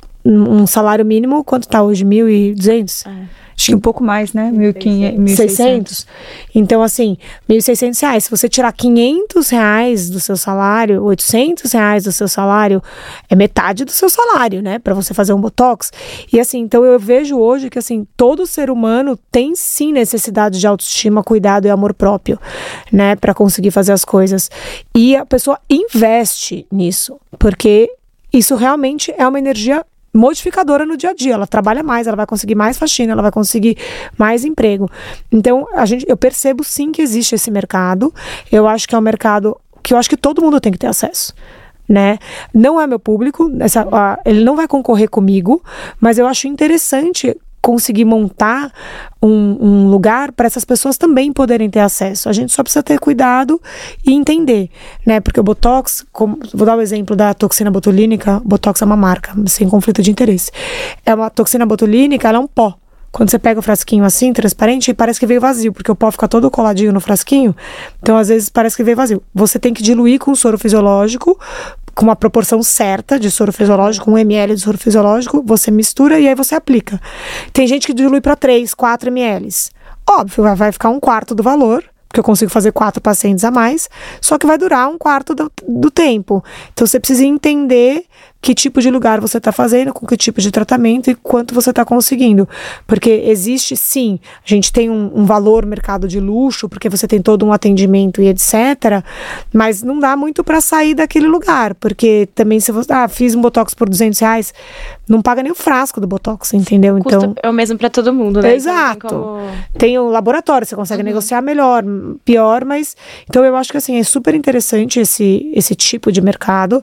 um salário mínimo, quanto tá hoje? mil e duzentos? É. Acho que um pouco mais, né? mil e quinhentos, mil e seiscentos. Então, assim, mil e seiscentos reais. Se você tirar quinhentos reais do seu salário, oitocentos reais do seu salário, é metade do seu salário, né? Pra você fazer um Botox. E assim, então eu vejo hoje que, assim, todo ser humano tem sim necessidade de autoestima, cuidado e amor próprio, né? Pra conseguir fazer as coisas. E a pessoa investe nisso, porque isso realmente é uma energia modificadora no dia a dia, ela trabalha mais, ela vai conseguir mais faxina, ela vai conseguir mais emprego. Então, a gente, eu percebo sim que existe esse mercado, eu acho que é um mercado que eu acho que todo mundo tem que ter acesso, né? Não é meu público, essa, a, ele não vai concorrer comigo, mas eu acho interessante conseguir montar um, um lugar para essas pessoas também poderem ter acesso. A gente só precisa ter cuidado e entender, né? Porque o Botox, como, vou dar o exemplo da toxina botulínica, Botox é uma marca, sem conflito de interesse. É uma toxina botulínica, ela é um pó. Quando você pega o frasquinho assim, transparente, parece que veio vazio, porque o pó fica todo coladinho no frasquinho, então às vezes parece que veio vazio. Você tem que diluir com soro fisiológico, com uma proporção certa de soro fisiológico, um mililitro de soro fisiológico, você mistura e aí você aplica. Tem gente que dilui para três, quatro mililitros. Óbvio, vai ficar um quarto do valor, porque eu consigo fazer quatro pacientes a mais, só que vai durar um quarto do, do tempo. Então você precisa entender que tipo de lugar você está fazendo, com que tipo de tratamento e quanto você está conseguindo. Porque existe, sim, a gente tem um, um valor mercado de luxo, porque você tem todo um atendimento e etcétera, mas não dá muito para sair daquele lugar, porque também se você, ah, fiz um Botox por duzentos reais, não paga nem o frasco do Botox, entendeu? O custo então é o mesmo para todo mundo, né? Exato. Então, tem, como... tem o laboratório, você consegue uhum. negociar melhor, pior, mas... Então eu acho que assim, é super interessante esse, esse tipo de mercado.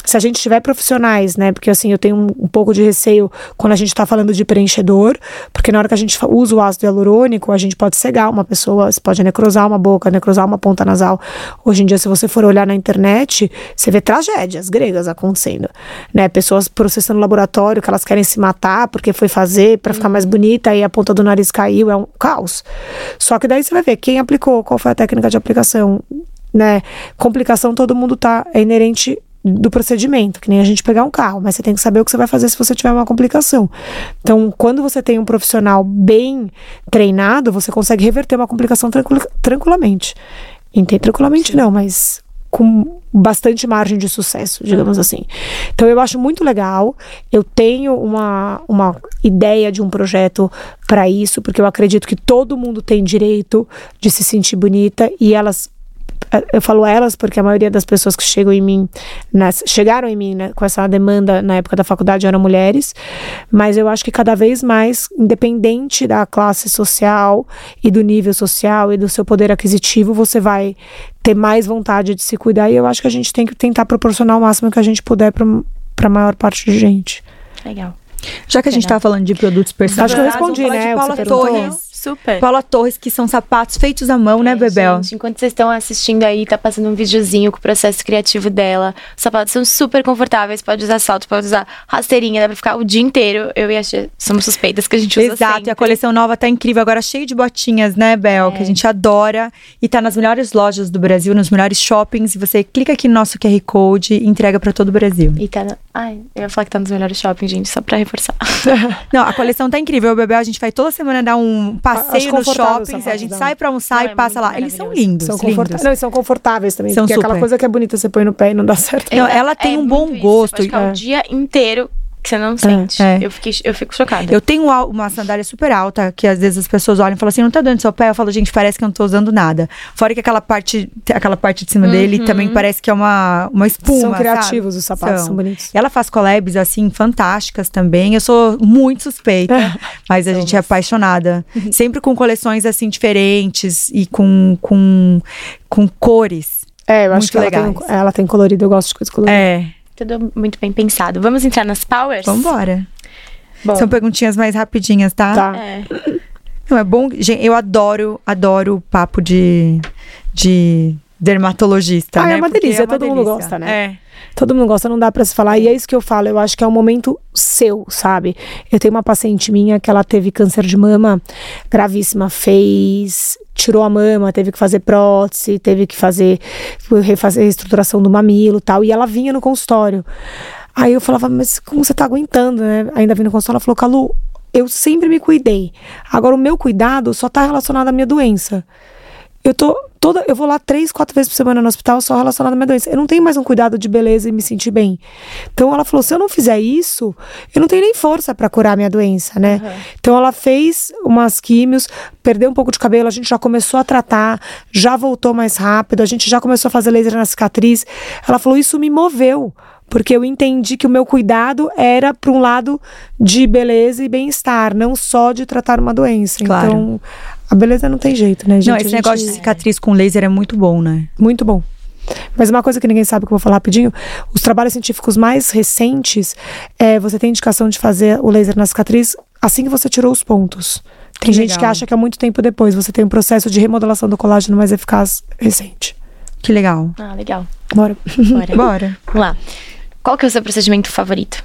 se a gente tiver profissionais, né? Porque assim, eu tenho um, um pouco de receio quando a gente tá falando de preenchedor, porque na hora que a gente usa o ácido hialurônico, a gente pode cegar uma pessoa, você pode necrosar uma boca, necrosar uma ponta nasal. Hoje em dia, se você for olhar na internet, você vê tragédias gregas acontecendo, né? Pessoas processando no laboratório que elas querem se matar porque foi fazer pra ficar mais bonita e a ponta do nariz caiu, é um caos. Só que daí você vai ver quem aplicou, qual foi a técnica de aplicação, né? Complicação todo mundo tá, é inerente do procedimento, que nem a gente pegar um carro, mas você tem que saber o que você vai fazer se você tiver uma complicação. Então, quando você tem um profissional bem treinado, você consegue reverter uma complicação tranquil- tranquilamente. Entende? Tranquilamente não, mas com bastante margem de sucesso, digamos assim. Então, eu acho muito legal. Eu tenho uma, uma ideia de um projeto para isso, porque eu acredito que todo mundo tem direito de se sentir bonita e elas... Eu falo elas porque a maioria das pessoas que chegam em mim, nas, chegaram em mim, né, com essa demanda na época da faculdade eram mulheres, mas eu acho que cada vez mais, independente da classe social e do nível social e do seu poder aquisitivo, você vai ter mais vontade de se cuidar, e eu acho que a gente tem que tentar proporcionar o máximo que a gente puder para a maior parte de gente. Legal. Já que a gente tá falando de produtos personalizados, acho que eu respondi, né? De Paula você Torres. Super. Paula Torres, que são sapatos feitos à mão, né, É, Bebel? gente, enquanto vocês estão assistindo aí, tá passando um videozinho com o processo criativo dela. Os sapatos são super confortáveis, pode usar salto, pode usar rasteirinha, dá pra ficar o dia inteiro. Eu e a Xê somos suspeitas que a gente usa Exato, sempre. e a coleção nova tá incrível, agora cheio de botinhas, né, Bel? É. Que a gente adora. E tá nas melhores lojas do Brasil, nos melhores shoppings. E você clica aqui no nosso Q R Code e entrega pra todo o Brasil. E tá no... Ai, eu ia falar que tá nos melhores shoppings, gente, só pra reforçar. Não, a coleção tá incrível, Bebel. A gente vai toda semana dar um passeio Acho nos confortável shoppings. os E a gente sapatos, sai pra almoçar Não, e é passa muito lá. Eles são maravilhoso. lindos, São lindos. confortáveis. Não, e são confortáveis também. São porque super. aquela coisa que é bonita, você põe no pé e não dá certo. Não, ela tem É um muito bom isso, gosto. Você pode ficar É. o dia inteiro que você não sente. é. Eu, fiquei, eu fico chocada. Eu tenho uma- uma sandália super alta, que às vezes as pessoas olham e falam assim, não tá dando seu pé? Eu falo, gente, parece que eu não tô usando nada. Fora que aquela parte, aquela parte de cima dele também parece que é uma, uma espuma, São sabe? criativos os sapatos, são, São. bonitos. Ela faz collabs, assim, fantásticas também. Eu sou muito suspeita, mas a gente é apaixonada. Sempre com coleções, assim, diferentes e com, com, com cores. É, eu acho Muito que ela tem, legais. ela tem colorido, eu gosto de coisa colorida. É, Tudo muito bem pensado. Vamos entrar nas powers? vambora. Bom, São perguntinhas mais rapidinhas, tá? Tá. é. Não, é bom. Gente, eu adoro, adoro o papo de, de dermatologista, Ah, é né? uma Porque delícia, é uma todo mundo delícia. gosta, né? É. Todo mundo gosta, não dá pra se falar. E é isso que eu falo, eu acho que é um momento seu, sabe? Eu tenho uma paciente minha que ela teve câncer de mama gravíssima, fez, tirou a mama, teve que fazer prótese, teve que fazer, refazer a estruturação do mamilo e tal. E ela vinha no consultório. Aí eu falava, mas como você tá aguentando, né? Ainda vindo no consultório, ela falou, Calu, eu sempre me cuidei. Agora o meu cuidado só tá relacionado à minha doença. Eu tô toda, eu vou lá três, quatro vezes por semana no hospital só relacionado à minha doença. Eu não tenho mais um cuidado de beleza e me sentir bem. Então ela falou, se eu não fizer isso, eu não tenho nem força pra curar a minha doença, né? Uhum. Então ela fez umas químios, perdeu um pouco de cabelo, a gente já começou a tratar, já voltou mais rápido, a gente já começou a fazer laser na cicatriz. Ela falou, isso me moveu. Porque eu entendi que o meu cuidado era para um lado de beleza e bem-estar, não só de tratar uma doença. Claro. Então, a beleza não tem jeito, né, gente? Não, A esse gente- negócio de cicatriz com laser é muito bom, né? Muito bom. Mas uma coisa que ninguém sabe, que eu vou falar rapidinho, os trabalhos científicos mais recentes, é, você tem indicação de fazer o laser na cicatriz assim que você tirou os pontos. Tem Que gente legal. que acha que é muito tempo depois, você tem um processo de remodelação do colágeno mais eficaz recente. Que legal. Ah, legal. Bora. Bora. Bora. Vamos lá. Qual que é o seu procedimento favorito?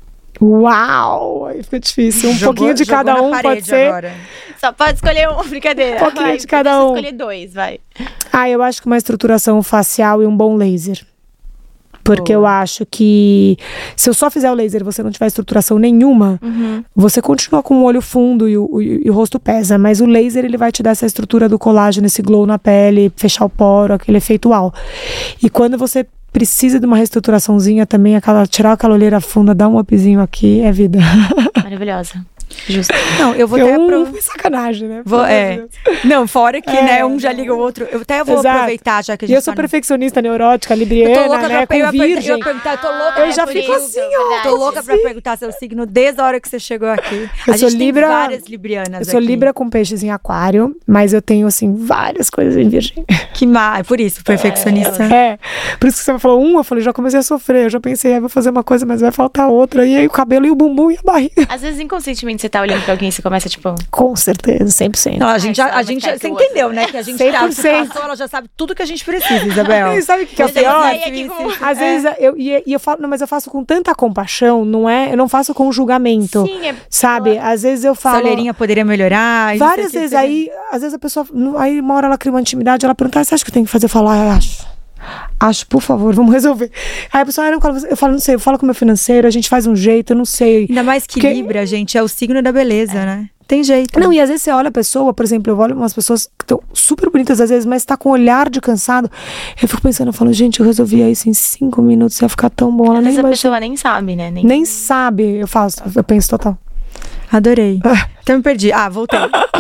Uau! Aí fica difícil. Um Jogou- pouquinho de jogou cada na um pode parede ser. agora. Só pode escolher um, brincadeira. Um pouquinho Vai, de cada deixa eu um. escolher dois, vai. Ah, eu acho que uma estruturação facial e um bom laser. Porque Boa. eu acho que se eu só fizer o laser e você não tiver estruturação nenhuma, você continua com o olho fundo e o, o- e o rosto pesa. Mas o laser, ele vai te dar essa estrutura do colágeno, esse glow na pele, fechar o poro, aquele efeito uau. E quando você precisa de uma reestruturaçãozinha também, aquela, tirar aquela olheira funda, dar um upzinho aqui, é vida. Maravilhosa. Justo. Não, eu vou Porque até... um Apro... foi sacanagem, né? Vou, é. Não, fora que, É, né, um já não. liga o outro. Eu até vou Exato. aproveitar, já que a E gente eu sou tá no- perfeccionista, neurótica, Eu libriana, tô louca né? pra, eu ia Com perguntar- eu virgem. ia perguntar, eu tô louca, Eu né, já por fico isso. assim, ó. Tô louca pra perguntar seu signo desde a hora que você chegou aqui. Eu a sou gente Libra- tem várias librianas Eu sou aqui. Libra com peixes em aquário, mas eu tenho, assim, várias coisas em virgem. Que má, é por isso, perfeccionista. É, por isso que você falou um, eu falei, já comecei a sofrer, eu já pensei, ah, vou fazer uma coisa, mas vai faltar outra, e aí o cabelo e o bumbum e a barriga. Às vezes, inconscientemente, você tá olhando pra alguém e você começa, tipo... Com certeza, cem por cento. Não, a gente Ai, já, a só gente vai já, ficar você que o entendeu, outro, né? né? Que a gente cem já por se cento. passou, ela já sabe tudo que a gente precisa, Isabel. E sabe o que, que é o Mas eu pior? sei aqui com- Às vezes eu, e, e eu falo, não, mas eu faço com tanta compaixão, não é? Eu não faço com julgamento, Sim, é... sabe? Às vezes eu Essa falo... olheirinha poderia melhorar. e não sei Várias o que, vezes, não sei o aí, às vezes a pessoa, não- aí uma hora ela cria uma intimidade, ela pergunta, ah, você acha que eu tenho que fazer? Eu falo, ah, eu acho. Acho, por favor, vamos resolver. Aí a pessoa, ah, não, eu falo, não sei, eu falo com o meu financeiro, a gente faz um jeito, eu não sei. que. Ainda mais que Porque- Libra, gente, é o signo da beleza, né? Tem jeito. Não, e às vezes você olha a pessoa, por exemplo, eu olho umas pessoas que estão super bonitas às vezes, mas tá com um olhar de cansado. Eu fico pensando, eu falo, gente, eu resolvia isso em cinco minutos, ia ficar tão bom. Ela Às nem, vezes a imagina, pessoa nem sabe, né? Nem... nem sabe. Eu faço, eu penso total. Adorei. Então me perdi. Ah, voltei.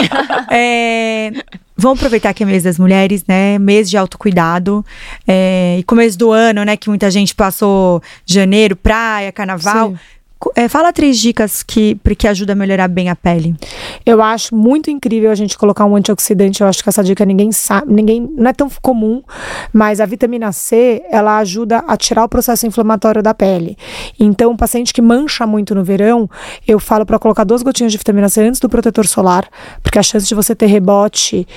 É, vamos aproveitar que é mês das mulheres, né? Mês de autocuidado. É, e começo do ano, né? Que muita gente passou janeiro, praia, carnaval. Sim. Co- é, fala três dicas que, que ajudam a melhorar bem a pele. Eu acho muito incrível a gente colocar um antioxidante. Eu acho que essa dica ninguém sabe, ninguém, não é tão comum, mas a vitamina C, ela ajuda a tirar o processo inflamatório da pele. Então, o paciente que mancha muito no verão, eu falo para colocar duas gotinhas de vitamina C antes do protetor solar, porque a chance de você ter rebote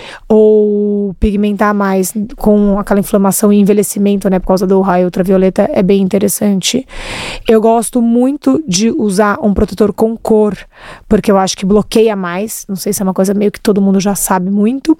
ou pigmentar mais com aquela inflamação e envelhecimento, né, por causa do raio ultravioleta, é bem interessante. Eu gosto muito de usar um protetor com cor, porque eu acho que bloqueia mais, não sei se é uma coisa meio que todo mundo já sabe muito,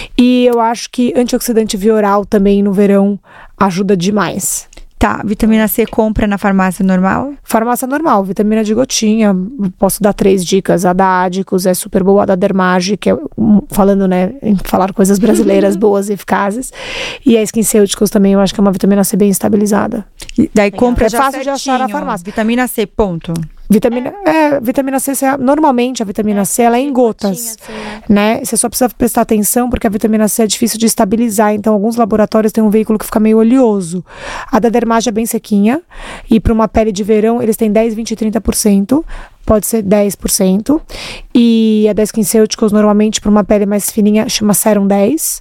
e eu acho que antioxidante via oral também no verão ajuda demais. Tá, vitamina C compra na farmácia normal? Farmácia normal, vitamina de gotinha, posso dar três dicas. A da Adicus é super boa, a da Dermage, que é, um, falando, né, em falar coisas brasileiras boas e eficazes. E a SkinCeuticals também, eu acho que é uma vitamina C bem estabilizada. E daí compra É já fácil de achar na certinho. farmácia. Vitamina C, ponto. Vitamina, é, vitamina C, você- normalmente a vitamina C, ela é em gotas. Assim, né? Né? Você só precisa prestar atenção porque a vitamina C é difícil de estabilizar, então alguns laboratórios têm um veículo que fica meio oleoso. A da Dermage é bem sequinha e para uma pele de verão eles têm dez, vinte, trinta por cento, pode ser dez por cento. E a da SkinCeuticals normalmente para uma pele mais fininha chama Serum dez.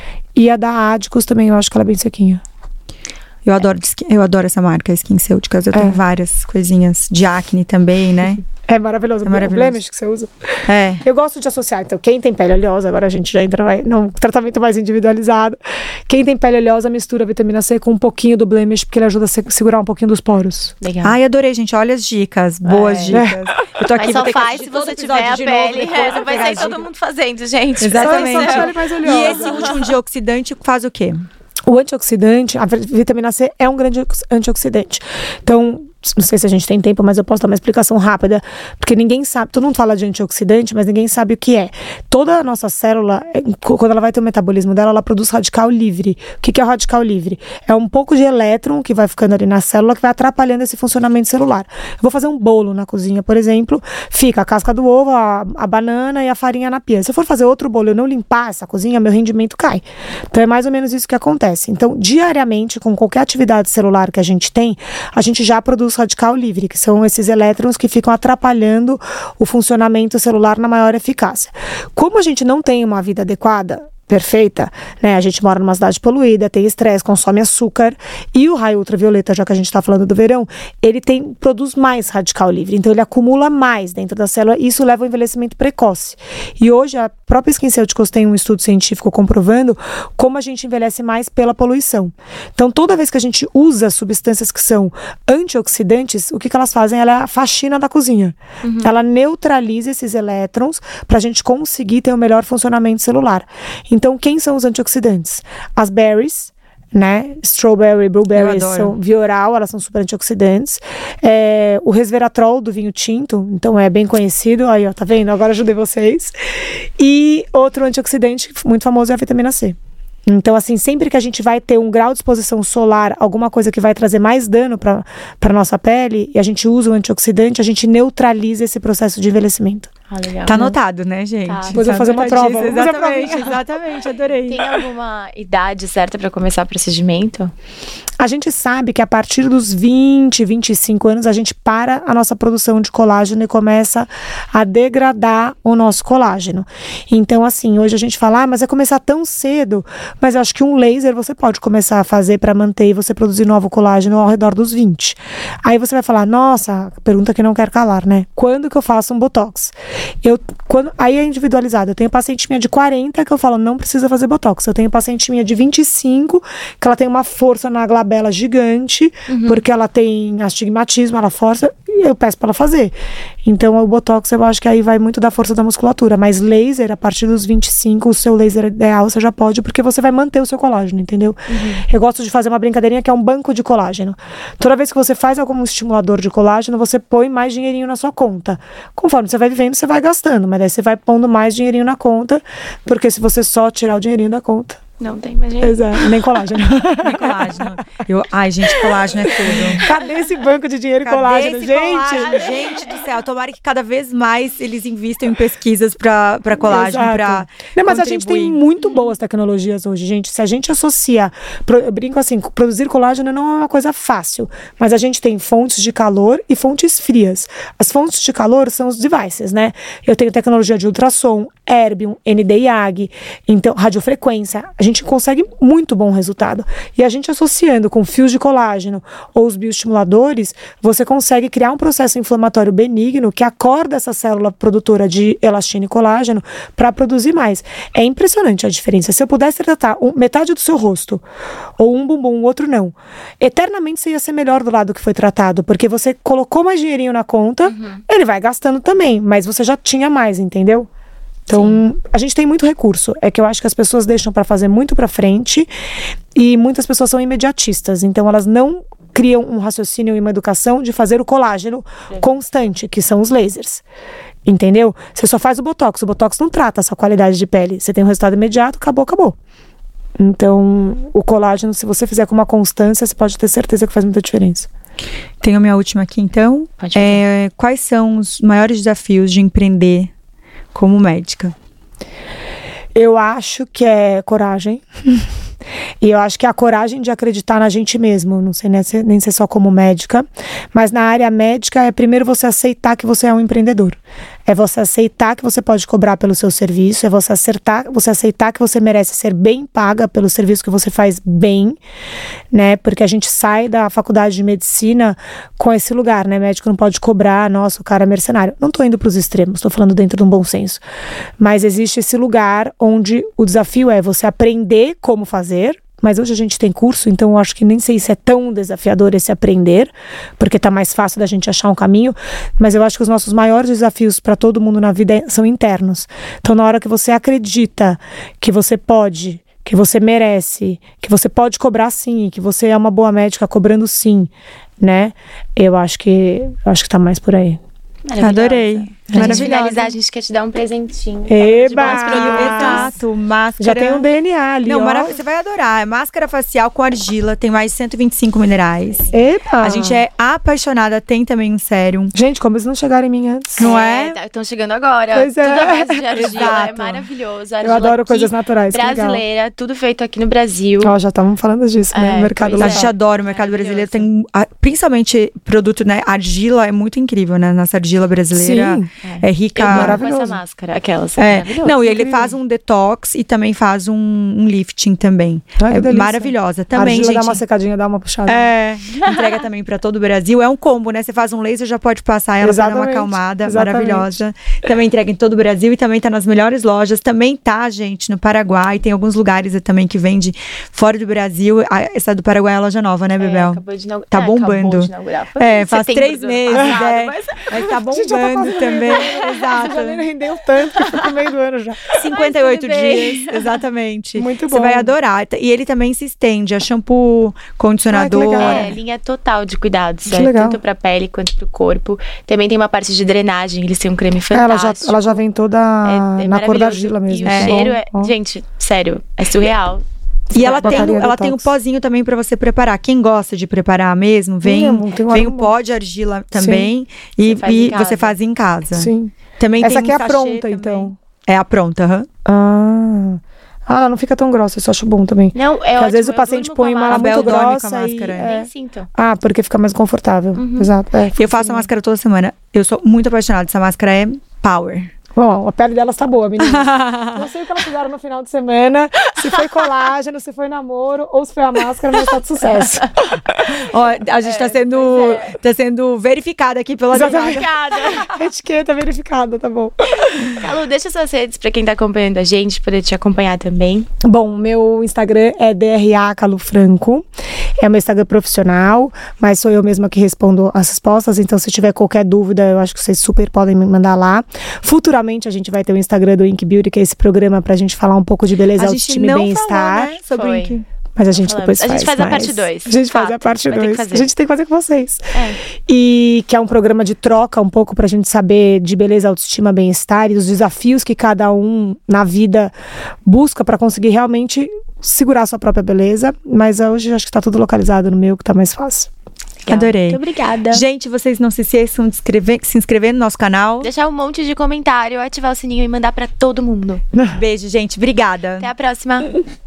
E a da Adicus também eu acho que ela é bem sequinha. Eu adoro, skin- eu adoro essa marca, SkinCeuticals. Eu É. tenho várias coisinhas de acne também, né? É maravilhoso. É maravilhoso. O Blemish que você usa. É. Eu gosto de associar, então, quem tem pele oleosa, agora a gente já entra vai, num tratamento mais individualizado. Quem tem pele oleosa mistura a vitamina C com um pouquinho do Blemish, porque ele ajuda a se- segurar um pouquinho dos poros. Legal. Ai, adorei, gente. Olha as dicas. Boas É. dicas. Eu tô aqui, Mas vou só ter que faz assistir se todo você episódio tiver a de novo, pele. depois É, pra não vai pegar sair todo dica. mundo fazendo, gente. Exatamente. Só- só pele mais E oleosa. esse último antioxidante faz o quê? O antioxidante, a vitamina C é um grande antioxidante. Então, não sei se a gente tem tempo, mas eu posso dar uma explicação rápida, porque ninguém sabe, todo mundo fala de antioxidante, mas ninguém sabe o que é. Toda a nossa célula, quando ela vai ter o metabolismo dela, ela produz radical livre. O que é o radical livre? É um pouco de elétron que vai ficando ali na célula, que vai atrapalhando esse funcionamento celular. Eu vou fazer um bolo na cozinha, por exemplo, fica a casca do ovo, a, a banana e a farinha na pia. Se eu for fazer outro bolo e eu não limpar essa cozinha, meu rendimento cai. Então é mais ou menos isso que acontece. Então, diariamente, com qualquer atividade celular que a gente tem, a gente já produz radical livre, que são esses elétrons que ficam atrapalhando o funcionamento celular na maior eficácia. Como a gente não tem uma vida adequada, perfeita, né? A gente mora numa cidade poluída, tem estresse, consome açúcar, e o raio ultravioleta, já que a gente está falando do verão, ele tem, produz mais radical livre, então ele acumula mais dentro da célula e isso leva ao envelhecimento precoce. E hoje a própria SkinCeuticals tem um estudo científico comprovando como a gente envelhece mais pela poluição. Então toda vez que a gente usa substâncias que são antioxidantes, o que, que elas fazem? Ela é a faxina da cozinha. Uhum. Ela neutraliza esses elétrons para a gente conseguir ter o melhor funcionamento celular. Então, quem são os antioxidantes? As berries, né? Strawberry, blueberries são via oral, elas são super antioxidantes. É, o resveratrol do vinho tinto, então é bem conhecido. Aí, ó, tá vendo? Agora ajudei vocês. E outro antioxidante muito famoso é a vitamina C. Então, assim, sempre que a gente vai ter um grau de exposição solar, alguma coisa que vai trazer mais dano para a nossa pele, e a gente usa o antioxidante, a gente neutraliza esse processo de envelhecimento. Ah, legal. Tá anotado, né, gente? Tá. Depois eu vou fazer uma prova. Exatamente, exatamente, adorei. Tem alguma idade certa pra começar o procedimento? A gente sabe que a partir dos vinte, vinte e cinco anos, a gente para a nossa produção de colágeno e começa a degradar o nosso colágeno. Então, assim, hoje a gente fala, ah, mas é começar tão cedo. Mas eu acho que um laser você pode começar a fazer para manter e você produzir novo colágeno ao redor dos vinte. Aí você vai falar, nossa, pergunta que não quer calar, né? Quando que eu faço um botox? Eu, quando, aí é individualizado. Eu tenho paciente minha de quarenta que eu falo, não precisa fazer botox. Eu tenho paciente minha de vinte e cinco que ela tem uma força na glabela gigante, uhum. porque ela tem astigmatismo, ela força, e eu peço pra ela fazer. Então o botox eu acho que aí vai muito da força da musculatura, mas laser, a partir dos vinte e cinco, o seu laser ideal você já pode, porque você vai manter o seu colágeno, entendeu? Uhum. Eu gosto de fazer uma brincadeirinha que é um banco de colágeno. Toda vez que você faz algum estimulador de colágeno, você põe mais dinheirinho na sua conta. Conforme você vai vivendo, você vai gastando, mas daí você vai pondo mais dinheirinho na conta, porque se você só tirar o dinheirinho da conta, não tem mais dinheiro. Exato, nem colágeno. Nem colágeno. Eu, ai, gente, colágeno é tudo. Cadê esse banco de dinheiro e Cadê colágeno, esse gente? Colágeno? Gente do céu, tomara que cada vez mais eles investam em pesquisas pra, pra colágeno, Exato. pra Não, mas contribuir. a gente tem muito boas tecnologias hoje, gente. Se a gente associa, pro, eu brinco assim, produzir colágeno não é uma coisa fácil, mas a gente tem fontes de calor e fontes frias. As fontes de calor são os devices, né? Eu tenho tecnologia de ultrassom, erbium, N D I A G, então radiofrequência. A gente consegue muito bom resultado. E a gente associando com fios de colágeno ou os bioestimuladores, você consegue criar um processo inflamatório benigno que acorda essa célula produtora de elastina e colágeno para produzir mais. É impressionante a diferença. Se eu pudesse tratar um, metade do seu rosto, ou um bumbum, o outro não, eternamente você ia ser melhor do lado que foi tratado, porque você colocou mais dinheirinho na conta, uhum. ele vai gastando também, mas você já tinha mais, entendeu? Então, sim, a gente tem muito recurso. É que eu acho que as pessoas deixam para fazer muito para frente e muitas pessoas são imediatistas. Então, elas não criam um raciocínio e uma educação de fazer o colágeno é. constante, que são os lasers. Entendeu? Você só faz o botox. O botox não trata a sua qualidade de pele. Você tem um resultado imediato, acabou, acabou. Então, o colágeno, se você fizer com uma constância, você pode ter certeza que faz muita diferença. Tenho a minha última aqui, então. Pode é, quais são os maiores desafios de empreender como médica? Eu acho que é coragem. E eu acho que é a coragem de acreditar na gente mesmo. Não sei nem se, nem se é só como médica, mas na área médica é primeiro você aceitar que você é um empreendedor. É você aceitar que você pode cobrar pelo seu serviço, é você aceitar, você aceitar que você merece ser bem paga pelo serviço que você faz bem, né? Porque a gente sai da faculdade de medicina com esse lugar, né? Médico não pode cobrar, nossa, o cara é mercenário. Não tô indo pros extremos, tô falando dentro de um bom senso. Mas existe esse lugar onde o desafio é você aprender como fazer. Mas hoje a gente tem curso, então eu acho que nem sei se é tão desafiador esse aprender, porque tá mais fácil da gente achar um caminho, mas eu acho que os nossos maiores desafios para todo mundo na vida são internos. Então na hora que você acredita que você pode, que você merece, que você pode cobrar sim, que você é uma boa médica cobrando sim, né? Eu acho que, eu acho que tá mais por aí. Adorei. Pra gente finalizar, a gente quer te dar um presentinho. Eba! Exato, máscara. Já tem um D N A ali, Não, ó. maravilha, você vai adorar. É máscara facial com argila, tem mais de cento e vinte e cinco minerais. Epa! A gente é apaixonada, tem também um sérum. Gente, como eles não chegaram em mim antes. Não é? Estão é? chegando agora. Pois é. Tudo à base de argila, Exato. É maravilhoso. Eu adoro coisas naturais, brasileira, tudo feito aqui no Brasil. Ó, já estávamos falando disso, né? É, No mercado A gente adora o mercado brasileiro. Tem, principalmente produto, né? Argila é muito incrível, né? Nossa argila brasileira Sim. é, é rica. Maravilhoso. Com essa máscara, aquelas. É. Maravilhoso. Não, e ele Incrível. faz um detox e também faz um, um lifting também. Ai, que é delícia. maravilhosa. A Também, argila gente. dá uma secadinha, dá uma puxada. É, entrega também pra todo o Brasil. É um combo, né? Você faz um laser, já pode passar ela pra dar uma Exatamente, acalmada. exatamente. Maravilhosa. Também entrega em todo o Brasil e também tá nas melhores lojas. Também tá, gente, no Paraguai. Tem alguns lugares também que vende fora do Brasil. A- Essa do Paraguai é a loja nova, né, Bebel? É, acabou de inaugurar. Tá é, bombando. acabou de inaugurar. Foi É, em faz setembro três do ano meses, passado, é. mas- Mas tá Gente, já tá bombando quase também. Esse Exato. janeiro rendeu tanto que eu fico no meio do ano já. cinquenta e oito Mas tudo bem. dias, exatamente. Muito Você bom. vai adorar. E ele também se estende a shampoo, condicionador. Ai, que legal. É, linha total de cuidados, Que é, legal. tanto pra pele quanto pro corpo. Também tem uma parte de drenagem, eles têm um creme É, ela, já, fantástico. ela já vem toda É- é na cor da maravilhoso. argila mesmo. E o É. cheiro Bom, é, ó. gente, sério, é surreal. E ela tem, Porcaria ela detox. tem um pozinho também pra você preparar. Quem gosta de preparar mesmo, vem, Hum, tem um vem o aroma. pó de argila também. E, Você faz e em casa. você faz em casa. Sim. Também Essa tem aqui é um a sachê pronta, também. então. É a pronta, aham. Ah. Ah, ela não fica tão grossa, isso eu acho bom também. Não, é Porque ótimo, às vezes o eu paciente durmo com põe a uma ela máscara. muito A Bel dorme com a grossa e... máscara, é. Nem sinto. Ah, porque fica mais confortável. Uhum. Exato. É, Eu faço a máscara toda semana. Eu sou muito apaixonada. Essa máscara é power. Bom, a pele delas tá boa, menina. Não sei o que elas fizeram no final de semana, se foi colágeno, se foi namoro ou se foi a máscara, mas tá de sucesso. Ó, a gente tá sendo, tá sendo verificada aqui pela Exatamente. delegada. Etiqueta verificada, tá bom. Calu, deixa suas redes pra quem tá acompanhando a gente, poder te acompanhar também. Bom, meu Instagram é D R A Calufranco. É meu Instagram profissional, mas sou eu mesma que respondo as respostas. Então, se tiver qualquer dúvida, eu acho que vocês super podem me mandar lá. Futuramente, a gente vai ter o Instagram do Ink Beauty, que é esse programa pra gente falar um pouco de beleza, A gente autoestima e não bem-estar. falou, né, sobre Foi. o Ink. Mas a gente Falamos. depois A faz gente faz a mais. parte dois. A gente faz a Fato. parte Vai ter que dois. fazer. A gente tem que fazer com vocês. É. E que é um programa de troca um pouco pra gente saber de beleza, autoestima, bem-estar e os desafios que cada um na vida busca pra conseguir realmente segurar a sua própria beleza. Mas hoje eu acho que tá tudo localizado no meu, que tá mais fácil. Legal. Adorei. Muito obrigada. Gente, vocês não se esqueçam de inscrever- se inscrever no nosso canal. Deixar um monte de comentário, ativar o sininho e mandar pra todo mundo. Beijo, gente. Obrigada. Até a próxima.